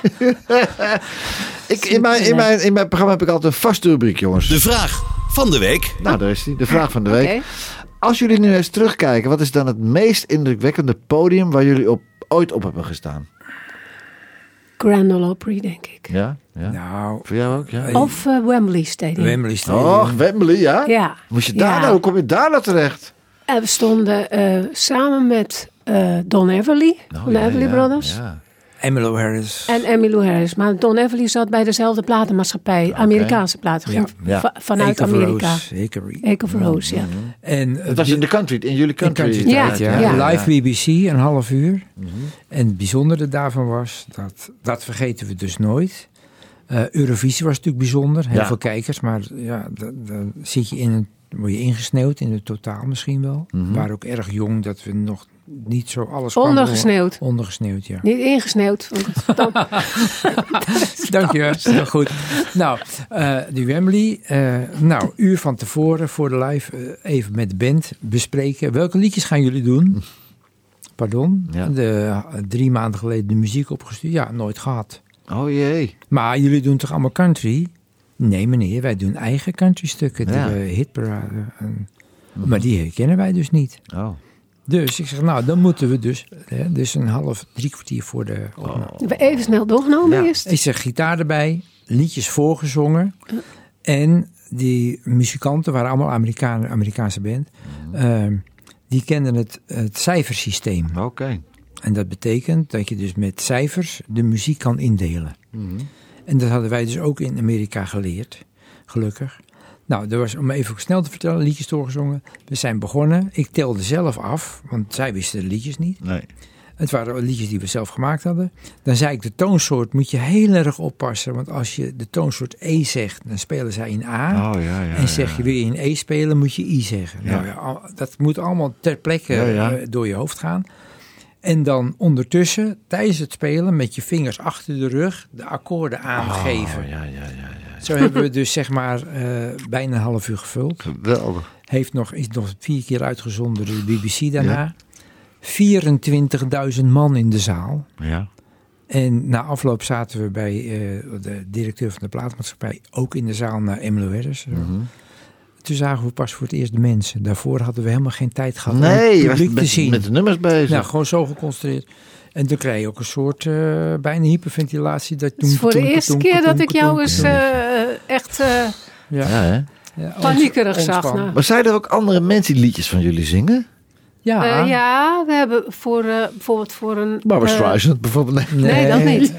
In mijn programma heb ik altijd een vaste rubriek, jongens. De vraag van de week. Nou, daar is die. De vraag van de week. Oké. Als jullie nu eens terugkijken, wat is dan het meest indrukwekkende podium waar jullie ooit op hebben gestaan? Grand Ole Opry, denk ik. Ja? Nou, Voor jou ook, ja? Of Wembley Stadium. Wembley Stadium. Oh, Wembley, ja? Ja. Moest je daar Ja. nou? Hoe kom je daar nou terecht? En we stonden samen met Don Everly, van de Everly Brothers. Ja. Emmylou Harris. En Emmylou Harris. Maar Don Everly zat bij dezelfde platenmaatschappij. Amerikaanse platen. Ging Ja. vanuit Amerika. Echo Echo Rose, ja. En Het was in de country, in jullie country. country Ja, tijd, ja. ja. Live BBC, een half uur. En het bijzondere daarvan was, dat vergeten we dus nooit. Eurovisie was natuurlijk bijzonder. Heel Ja. veel kijkers. Maar ja, dan zit je word je ingesneeuwd in het totaal misschien wel. We waren ook erg jong, dat we nog niet zo alles kwamen Ondergesneeuwd. horen. Ondergesneeuwd, ja. Niet ingesneeuwd. Want dan, Dank je, heel goed. Nou, die Wembley. Nou, uur van tevoren voor de live even met de band bespreken. Welke liedjes gaan jullie doen? Pardon? Ja. 3 maanden geleden de muziek opgestuurd. Ja, nooit gehad. Oh jee. Maar jullie doen toch allemaal country? Nee meneer, wij doen eigen country stukken. Ja. De hitparade. En Maar die kennen wij dus niet. Oh. Dus ik zeg, nou, dan moeten we dus een 3 kwartier voor de opname. We even snel doorgenomen eerst. Ik zeg, gitaar erbij, liedjes voorgezongen. En die muzikanten waren allemaal Amerikaanse band. Die kenden het cijfersysteem. Oké. En dat betekent dat je dus met cijfers de muziek kan indelen. En dat hadden wij dus ook in Amerika geleerd, gelukkig. Nou, er was, om even snel te vertellen, liedjes doorgezongen. We zijn begonnen. Ik telde zelf af, want zij wisten de liedjes niet. Nee. Het waren liedjes die we zelf gemaakt hadden. Dan zei ik, de toonsoort moet je heel erg oppassen. Want als je de toonsoort E zegt, dan spelen zij in A. En zeg je weer in E spelen, moet je I zeggen. Ja. Nou, dat moet allemaal ter plekke door je hoofd gaan. En dan ondertussen, tijdens het spelen, met je vingers achter de rug, de akkoorden aangeven. Zo hebben we dus zeg maar bijna een half uur gevuld. Geweldig. Is nog 4 keer uitgezonden door de BBC daarna. 24.000 man in de zaal. Ja. En na afloop zaten we bij de directeur van de platenmaatschappij ook in de zaal naar Emmylou Harris. Toen zagen we pas voor het eerst de mensen. Daarvoor hadden we helemaal geen tijd gehad om het publiek te zien. Met de nummers bezig. Nou, gewoon zo geconcentreerd. En toen kreeg je ook een soort bijna hyperventilatie. Het is voor de eerste keer dat ik jou eens echt paniekerig zag. Nou. Maar zijn er ook andere mensen die liedjes van jullie zingen? Ja, we hebben bijvoorbeeld voor een... Barbra Streisand bijvoorbeeld. Nee, dat niet.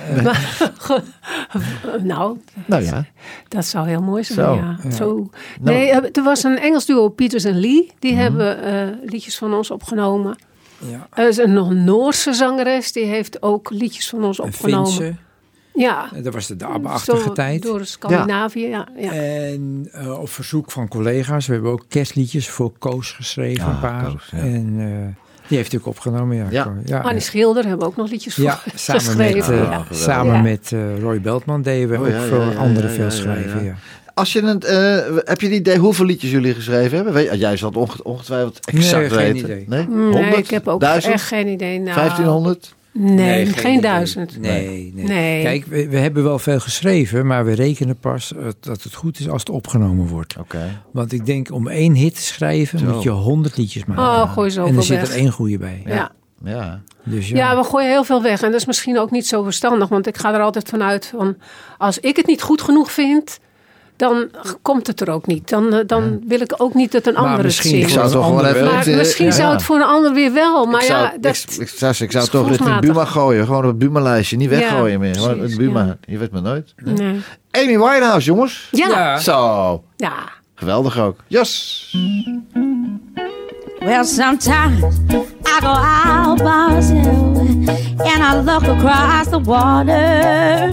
Nou ja. Dat zou heel mooi zijn. Nee, er was een Engels duo, Peters en Lee. Die hebben liedjes van ons opgenomen. Ja. Er is een Noorse zangeres, die heeft ook liedjes van ons opgenomen. Finse. Ja. Dat was de ABBA-achtige tijd. Door Scandinavië, ja. En op verzoek van collega's. We hebben ook kerstliedjes voor Koos geschreven, een paar. Koos, En die heeft natuurlijk opgenomen. Annie Schilder hebben we ook nog liedjes voor geschreven. Samen met Roy Beltman deden we ook voor anderen veel schrijven. Ja. Als je heb je een idee hoeveel liedjes jullie geschreven hebben? Jij zal het ongetwijfeld exact weten. Geen idee. Nee? 100? Nee, ik heb ook 1000? echt geen idee. Nou, 1500? Nee, geen 1000. Nee. Kijk, we hebben wel veel geschreven, maar we rekenen pas dat het goed is als het opgenomen wordt. Want ik denk, om 1 hit te schrijven, moet je 100 liedjes maken. Oh, gooi zoveel en er zit weg. er 1 goede bij. Ja. Dus ja, we gooien heel veel weg. En dat is misschien ook niet zo verstandig, want ik ga er altijd vanuit van, als ik het niet goed genoeg vind, dan komt het er ook niet. Dan wil ik ook niet dat een ander het zingt. Misschien zou het voor een ander weer wel. Maar ik zou toch richting Buma gooien. Gewoon op het Buma-lijstje. Niet weggooien meer. Gewoon het Buma. Je weet maar nooit. Nee. Amy Winehouse, jongens. Ja. Zo. Ja. Geweldig ook. Yes. Well, sometimes I go out by myself and I look across the water.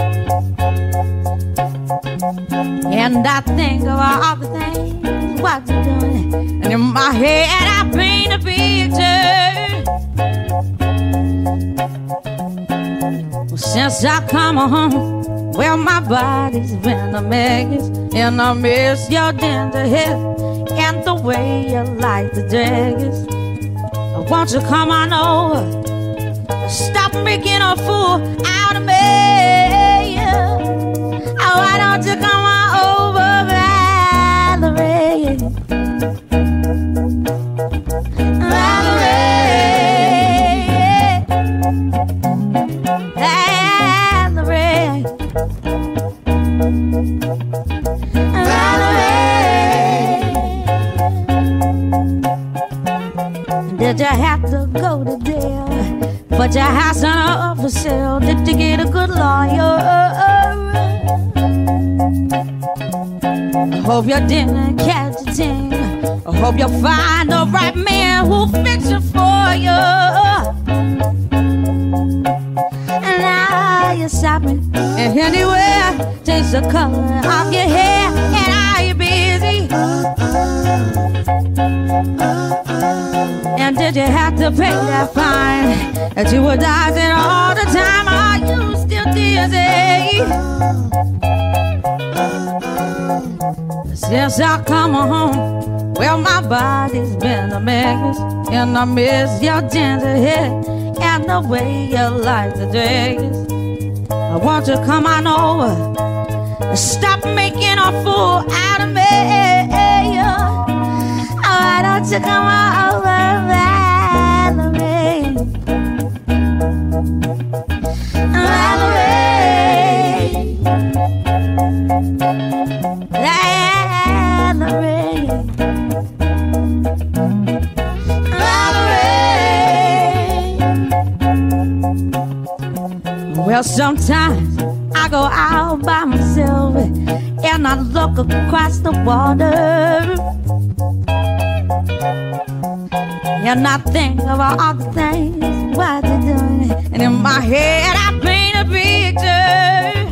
And I think of all the things what you're doing. And in my head I paint a picture. Well, since I come home, well, my body's been a mess. And I miss your tender hair and the way you like the dress. Won't you come on over? Stop making a fool out of me. Why don't you come on over, Valerie? Valerie, Valerie, Valerie. Did you have to go to jail? Put your house on for sale? Did you get a good lawyer? I hope you didn't catch a thing. I hope you find the right man who'll fix it for you. And now you're shopping, and anywhere change the color of your hair. And are you busy? And did you have to pay that fine that you were dodging all the time? Are you still dizzy? Since I come home, well, my body's been a mess. And I miss your ginger hair and the way you like the dress. I want you to come on over and stop making a fool out of me. Oh, you come on over, Valerie? Valerie, Valerie, Valerie. Well, sometimes I go out by myself and I look across the water. And I think about all the things what they're doing. And in my head I paint a picture.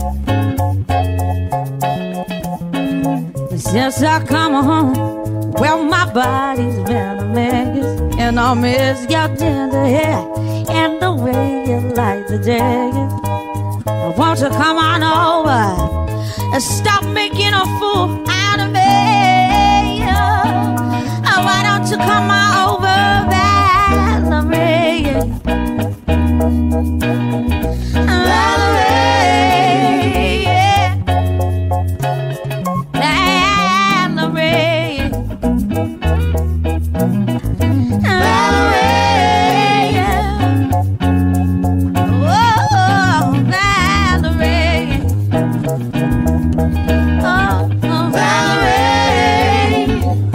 Since I come home, well, my body's been a mess. And I miss your tender hair and the way you like the jacket. Won't you come on over and stop making a fool out of me? Why don't you come on over, Valerie? Valerie, Valerie, Valerie, oh, Valerie, oh, Valerie.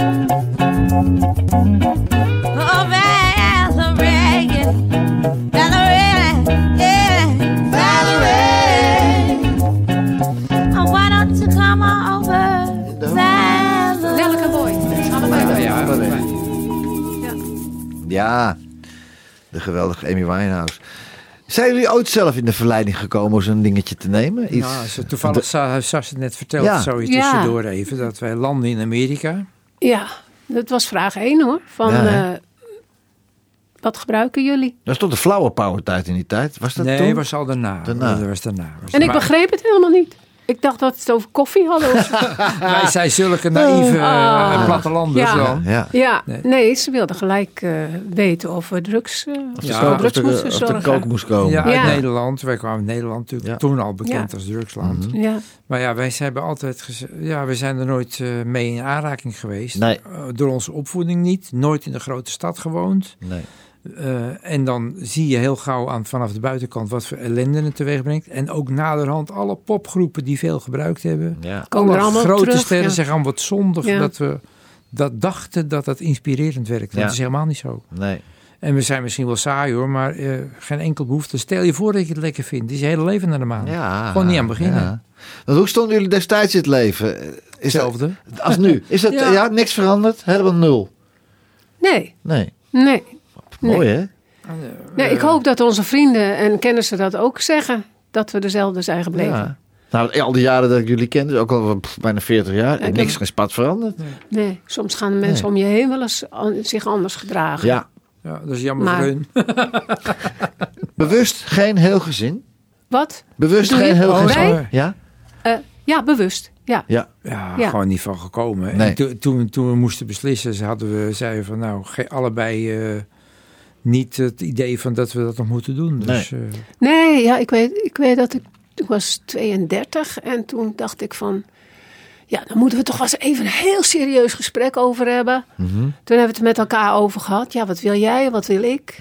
Oh, Valerie, Valerie, yeah, Valerie. Oh, why don't you come on over, Valerie? Welke boy? Allebei. Ja, de geweldige Amy Winehouse. Zijn jullie ooit zelf in de verleiding gekomen om zo'n dingetje te nemen? Iets? Ja, toevallig Sas het net verteld, Ja. zoiets tussendoor even, dat wij landen in Amerika. Ja, dat was vraag 1 hoor. Van, Ja. wat gebruiken jullie? Dat stond de flower power tijd in die tijd. Was dat Nee, toen? was al daarna. Daarna. Dat was daarna. En ik begreep het helemaal niet. Ik dacht dat we het over koffie hadden. Of zo. Wij zijn zulke naïeve plattelanders Ja. dan. Ja. Ja, Nee. nee, ze wilden gelijk weten of we drugs, Of de, Ja, kook, drugs moesten of de zorgen. kook moest komen. Ja, uit Ja. Nederland. Wij kwamen in Nederland natuurlijk Ja. toen al bekend Ja. als drugsland. Ja. Maar ja, wij hebben altijd gezegd, ja, we zijn er nooit mee in aanraking geweest. Nee. Door onze opvoeding niet. Nooit in de grote stad gewoond. Nee. En dan zie je heel gauw vanaf de buitenkant wat voor ellende het teweeg brengt. En ook naderhand alle popgroepen die veel gebruikt hebben. Ja. Komen er Alle allemaal grote terug, sterren ja. zeggen allemaal wat zondig Ja. dat we dat dachten dat dat inspirerend werkt. Ja. Dat is helemaal niet zo. Nee. En we zijn misschien wel saai hoor, maar geen enkel behoefte. Stel je voor dat je het lekker vindt. Die is je hele leven naar de maan. Ja. Gewoon niet aan beginnen. Ja. Want hoe stonden jullie destijds in het leven? Is Hetzelfde. dat, als nu? Is dat Ja. ja, niks veranderd? Helemaal nul? Nee, Nee. nee. Mooi hè? Nee, ik hoop dat onze vrienden en kennissen dat ook zeggen. Dat we dezelfde zijn gebleven. Ja. Nou, al die jaren dat ik jullie ken, dus ook al bijna 40 jaar, Ja, ik niks, heb- geen spat veranderd. Nee, soms gaan de mensen om je heen wel eens zich anders gedragen. Ja. Ja, dat is jammer Maar- voor hun. Bewust geen heel gezin? Wat? Bewust Doe je? geen heel Oh, gezin? wij? Ja? Ja, bewust. Ja. Ja. Ja, Ja. gewoon niet van gekomen. Nee. En toen we moesten beslissen, zeiden we van nou, allebei niet het idee van dat we dat nog moeten doen. Dus, Nee, ja, ik weet dat ik was 32 en toen dacht ik van, ja, dan moeten we toch wel eens even een heel serieus gesprek over hebben. Mhm. Toen hebben we het met elkaar over gehad. Ja, wat wil jij, wat wil ik?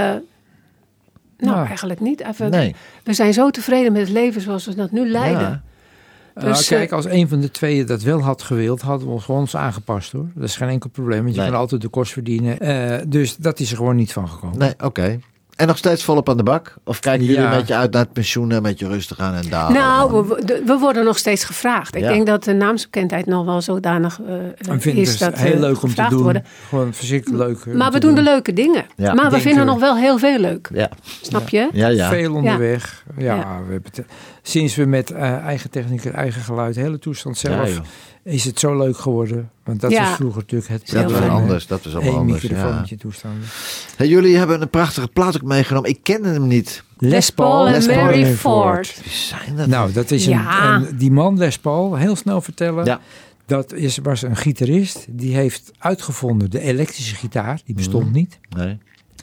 Nou. Eigenlijk niet. Even, Nee. We zijn zo tevreden met het leven zoals we dat nu leiden. Ja. Dus, kijk, als een van de tweeën dat wel had gewild, hadden we ons gewoon aangepast hoor. Dat is geen enkel probleem, want je Nee. kan altijd de kost verdienen. Dus dat is er gewoon niet van gekomen. Nee, oké. En nog steeds volop aan de bak? Of kijken jullie Ja. een beetje uit naar het pensioen, een beetje rustig aan en dalen? Nou, we worden nog steeds gevraagd. Ik Ja. denk dat de naamsbekendheid nog wel zodanig Ik vind is het dat heel we leuk om te gevraagd doen. worden. Gewoon verschrikkelijk leuk. om Maar te we doen de leuke dingen. Ja. Maar we Denken vinden we. nog wel heel veel leuk. Ja. Snap je? Ja, ja. Veel onderweg. Ja, Ja. we hebben sinds we met eigen techniek en eigen geluid, de hele toestand zelf, Ja, joh. is het zo leuk geworden. Want dat Ja. was vroeger natuurlijk het Dat was leuk. anders. Dat was allemaal Eén anders. microfoontje toestanden. Hey, jullie hebben een prachtige plaat ook meegenomen. Ik kende hem niet. Les Paul en Les Paul Mary en Ford. Wie zijn dat? Nou, dat is Ja. die man Les Paul, heel snel vertellen. Ja. Dat was een gitarist. Die heeft uitgevonden de elektrische gitaar. Die bestond niet. Nee.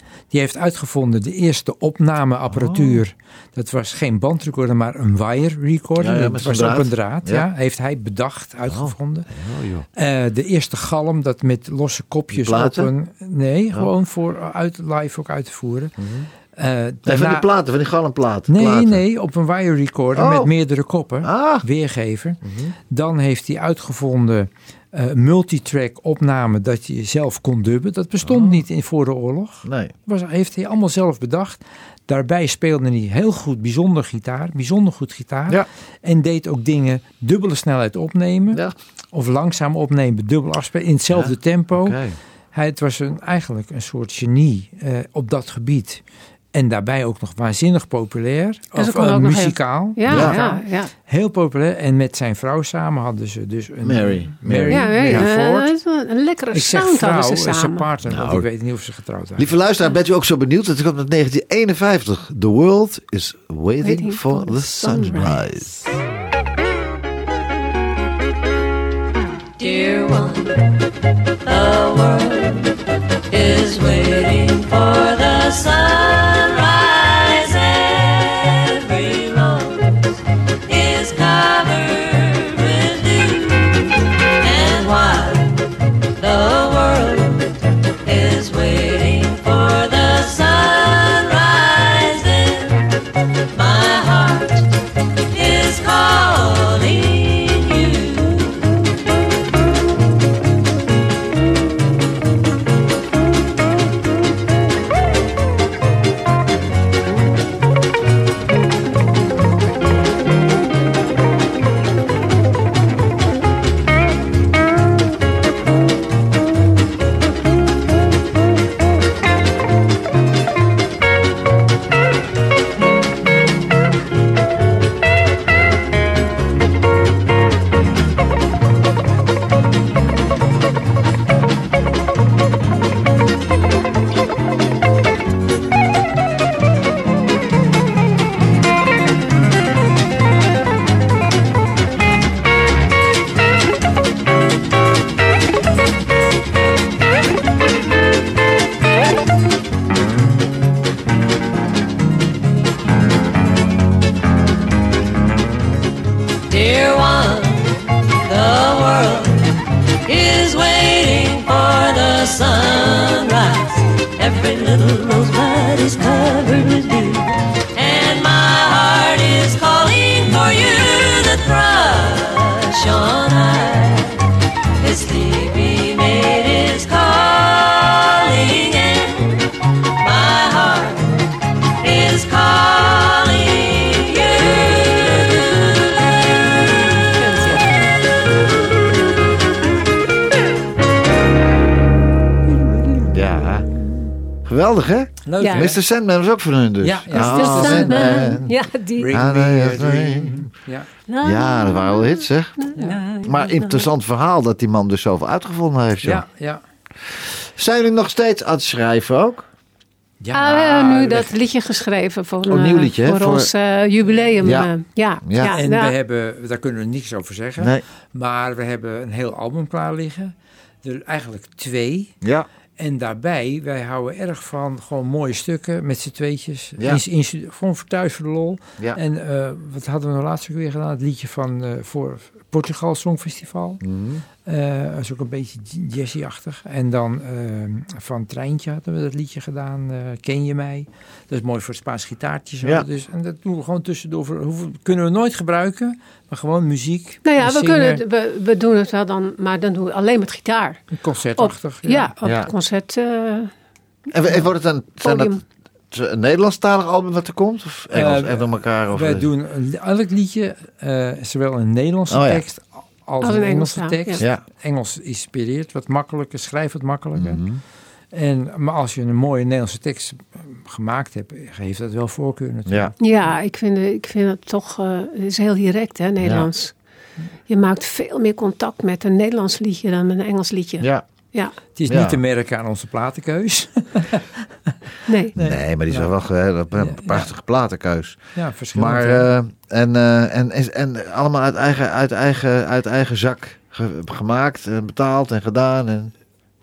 Die heeft uitgevonden de eerste opnameapparatuur. Dat was geen bandrecorder, maar een wire recorder. Ja, dat met was zo'n op draad. een draad. Ja. Ja. Heeft hij bedacht, uitgevonden. Oh, joh. De eerste galm, dat met losse kopjes Platen? gewoon voor live ook uit te voeren. Nee, van die platen, van die galmplaten. Nee, op een wire recorder met meerdere koppen. Weergever. Dan heeft hij uitgevonden multitrack opname dat je zelf kon dubben. Dat bestond niet voor de oorlog. Nee. Heeft hij allemaal zelf bedacht. Daarbij speelde hij heel goed, bijzonder goed gitaar. Ja. En deed ook dingen dubbele snelheid opnemen. Ja. Of langzaam opnemen, dubbel afspelen in hetzelfde tempo. Okay. Het was eigenlijk een soort genie op dat gebied. En daarbij ook nog waanzinnig populair. Dus Of muzikaal. Ja. Heel populair. En met zijn vrouw samen hadden ze dus een... Mary Ford. Een lekkere Ik zeg sound hadden vrouw, ze samen. zijn partner. Want ik weet niet of ze getrouwd waren. Lieve luisteraar, bent u ook zo benieuwd? Het komt uit 1951. The world is waiting for the sunrise. Dear one, the world is waiting for the sunrise. Every rose is covered with dew, and while the world is waiting for the sunrise, my heart is calling you. Dear one, the world is waiting for the sunrise. Every little rosebud is covered with dew, and my heart is calling for you. The thrush on high, his sleepy mate is calling, and my heart is calling you. Ja, geweldig hè? Leuk, Ja. hè? Mr. Sandman was ook van hun dus. Ja, ja. Ah, Mr. Sandman. Sandman. Ja, die. Bring Ah, me nee, a dat dream. Ja. Ja, dat waren wel hits zeg. Maar interessant verhaal dat die man dus zoveel uitgevonden heeft. Joh. Ja. Zijn jullie nog steeds aan het schrijven ook? Nu dat liedje geschreven voor, Oh, nieuw liedje, hè? voor Voor- ons jubileum. Ja. Ja. En nou, we hebben, daar kunnen we niks over zeggen. Nee. Maar we hebben een heel album klaar liggen. Er eigenlijk 2. Ja. En daarbij, wij houden erg van gewoon mooie stukken met z'n tweetjes. Ja. Gewoon voor thuis voor de lol. Ja. En wat hadden we nou laatst ook weer gedaan? Het liedje van voor Portugal Songfestival. Dat is ook een beetje jazzy-achtig. En dan van Treintje hadden we dat liedje gedaan. Ken je mij? Dat is mooi voor het Spaans gitaartje. Zo. Ja. Dus, en dat doen we gewoon tussendoor. Kunnen we nooit gebruiken. Maar gewoon muziek. nou ja, zingen, we doen het wel dan, maar dan doen we alleen met gitaar. concertachtig. Op Ja. het concert. En wordt het dan zijn Podium. dat een Nederlandstalig album wat er komt? Of Engels en door elkaar? Of Wij doen elk liedje, zowel een Nederlandse Oh ja. tekst als een Engelse Engelse, tekst. ja. Engels inspireert wat makkelijker, schrijft wat makkelijker. Maar als je een mooie Nederlandse tekst gemaakt hebt, heeft dat wel voorkeur natuurlijk. Ja. Ja, ik vind het toch, het is heel direct hè, Nederlands. Je maakt veel meer contact met een Nederlands liedje dan met een Engels liedje. Ja. Ja. Het is Ja. niet te merken aan onze platenkeus. Nee. Nee, maar die zijn wel een prachtige platenkeus. Ja, verschillend. Maar en allemaal uit eigen zak gemaakt en betaald en gedaan. En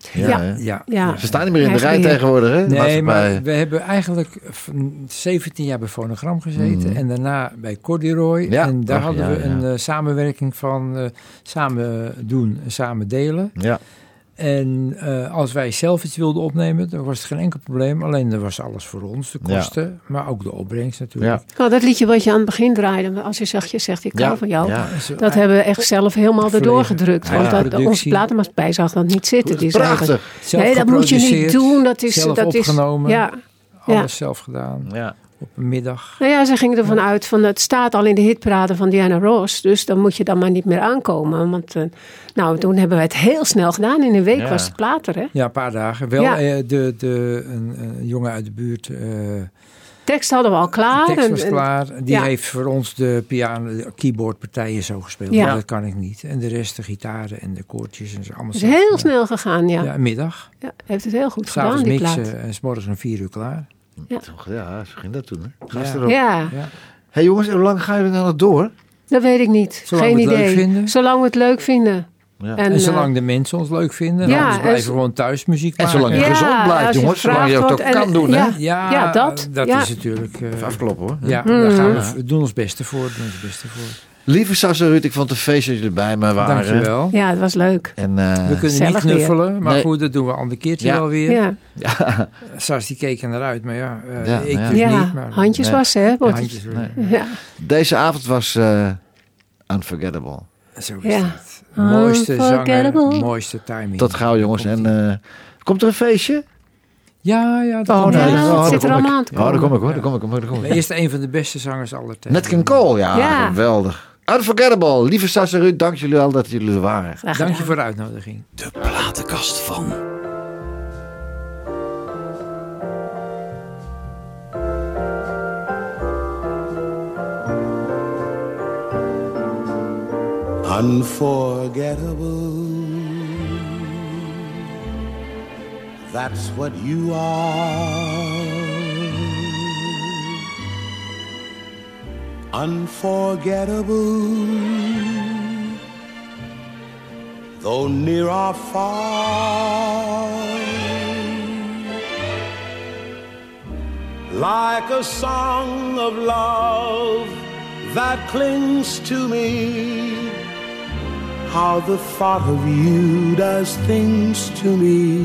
Ja, hè? Ja. Ze staan niet meer in Hij de is rij beheer. tegenwoordig, hè? Nee, maar Maatschappij. we hebben eigenlijk 17 jaar bij Phonogram gezeten. En daarna bij Corduroy. Ja, En daar hadden we ja. een samenwerking van samen doen en samen delen. Ja. En als wij zelf iets wilden opnemen, dan was het geen enkel probleem. Alleen er was alles voor ons, de kosten, maar ook de opbrengst natuurlijk. Nou, dat liedje wat je aan het begin draaide, als je zegt ik hou van jou. Ja. Dat hebben we echt zelf helemaal erdoor gedrukt. Want eigen onze productie. platenmaatschappij zag dat niet zitten. Die zeiden, Prachtig. Zelf nee, dat moet je niet geproduceerd, doen. Dat is, zelf dat opgenomen, is, ja. alles zelf gedaan. Ja. Op een middag. Nou ja, ze gingen ervan uit van het staat al in de hitparade van Diana Ross. Dus dan moet je dan maar niet meer aankomen. Want toen hebben we het heel snel gedaan. In een week was het plater, hè? Ja, een paar dagen. Wel Ja. een jongen uit de buurt. Tekst hadden we al klaar. De tekst was klaar. Die ja. heeft voor ons de piano, de keyboardpartijen zo gespeeld. Ja. Maar dat kan ik niet. En de rest, de gitaren en de koortjes en zo. Allemaal Het is zelf heel gedaan. snel gegaan, ja. Ja, een middag. Ja, heeft het heel goed S'avonds gedaan, die plaat. mixen en 's morgens om 4 uur klaar. Ja, zo ging dat toen, hè? Gas Ja. erop. Ja, Ja. Hey jongens, hoe lang gaan jullie nou nog door? dat weet ik niet. Zolang Geen we het idee. leuk vinden. Zolang we het leuk vinden. Ja. En zolang de mensen ons leuk vinden, ja, anders en blijven zo- we gewoon thuis muziek En maken. zolang je Ja, gezond blijft, als je jongens. Zolang je het gevraagd ook wordt kan en- doen, hè? ja. Ja, dat. Dat Ja. is natuurlijk... Even afkloppen, hoor. Ja, daar gaan we doen ons beste voor. Lieve Sas en Ruud, ik vond het een feest dat jullie bij me waren. Dankjewel. Ja, het was leuk. En, We kunnen niet Gezellig knuffelen, maar Nee. goed, dat doen we een ander keertje Ja. wel weer. Ja, Sas die keek er naar uit, maar ja, Ja, ik ja. dus ja. niet. Maar, handjes Nee. wassen, hè? Ja, Wordt handjes het. weer. Ja. deze avond was unforgettable. Zo is Ja. het. Mooiste zanger, Unforgettable. mooiste timing. Tot gauw, jongens. En komt er een feestje? Ja, dat Oh, komt nee. wel. Ja, Oh, het zit daar er kom ik. allemaal aan te Oh, daar komen. kom ik, hoor. Daar kom ik. Eerst een van de beste zangers aller tijden. Nat King Cole, ja, Ja. geweldig. Unforgettable. Lieve Sas en Ruud, dank jullie wel dat jullie er waren. Graag Dank je gedaan. voor de uitnodiging. De platenkast van. Unforgettable. That's what you are. Unforgettable. Though near or far. Like a song of love that clings to me. How the thought of you does things to me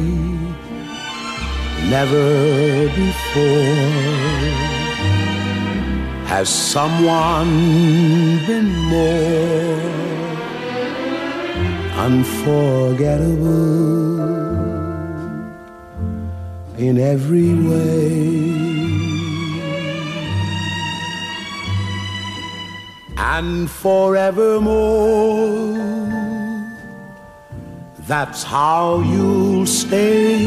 never before has someone been more unforgettable in every way. And forevermore, that's how you'll stay.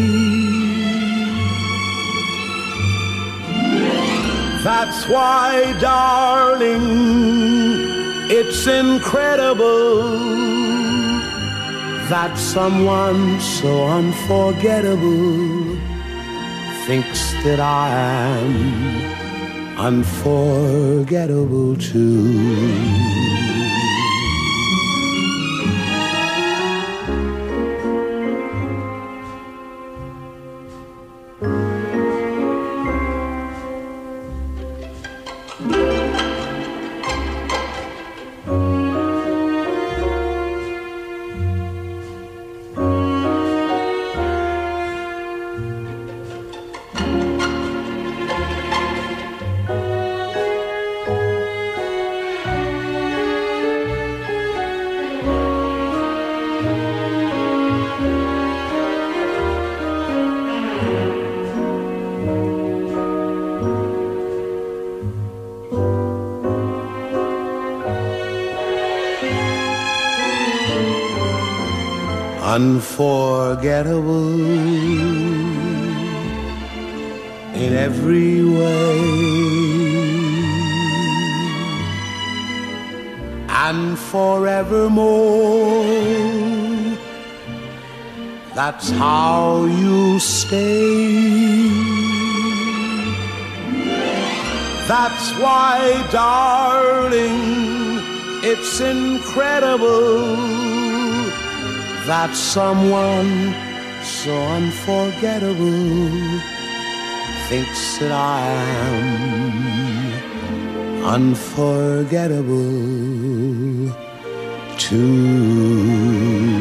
That's why, darling, it's incredible that someone so unforgettable thinks that I am unforgettable too. Unforgettable in every way, and forevermore, that's how you stay. That's why, darling, it's incredible that someone so unforgettable, thinks that I am unforgettable too.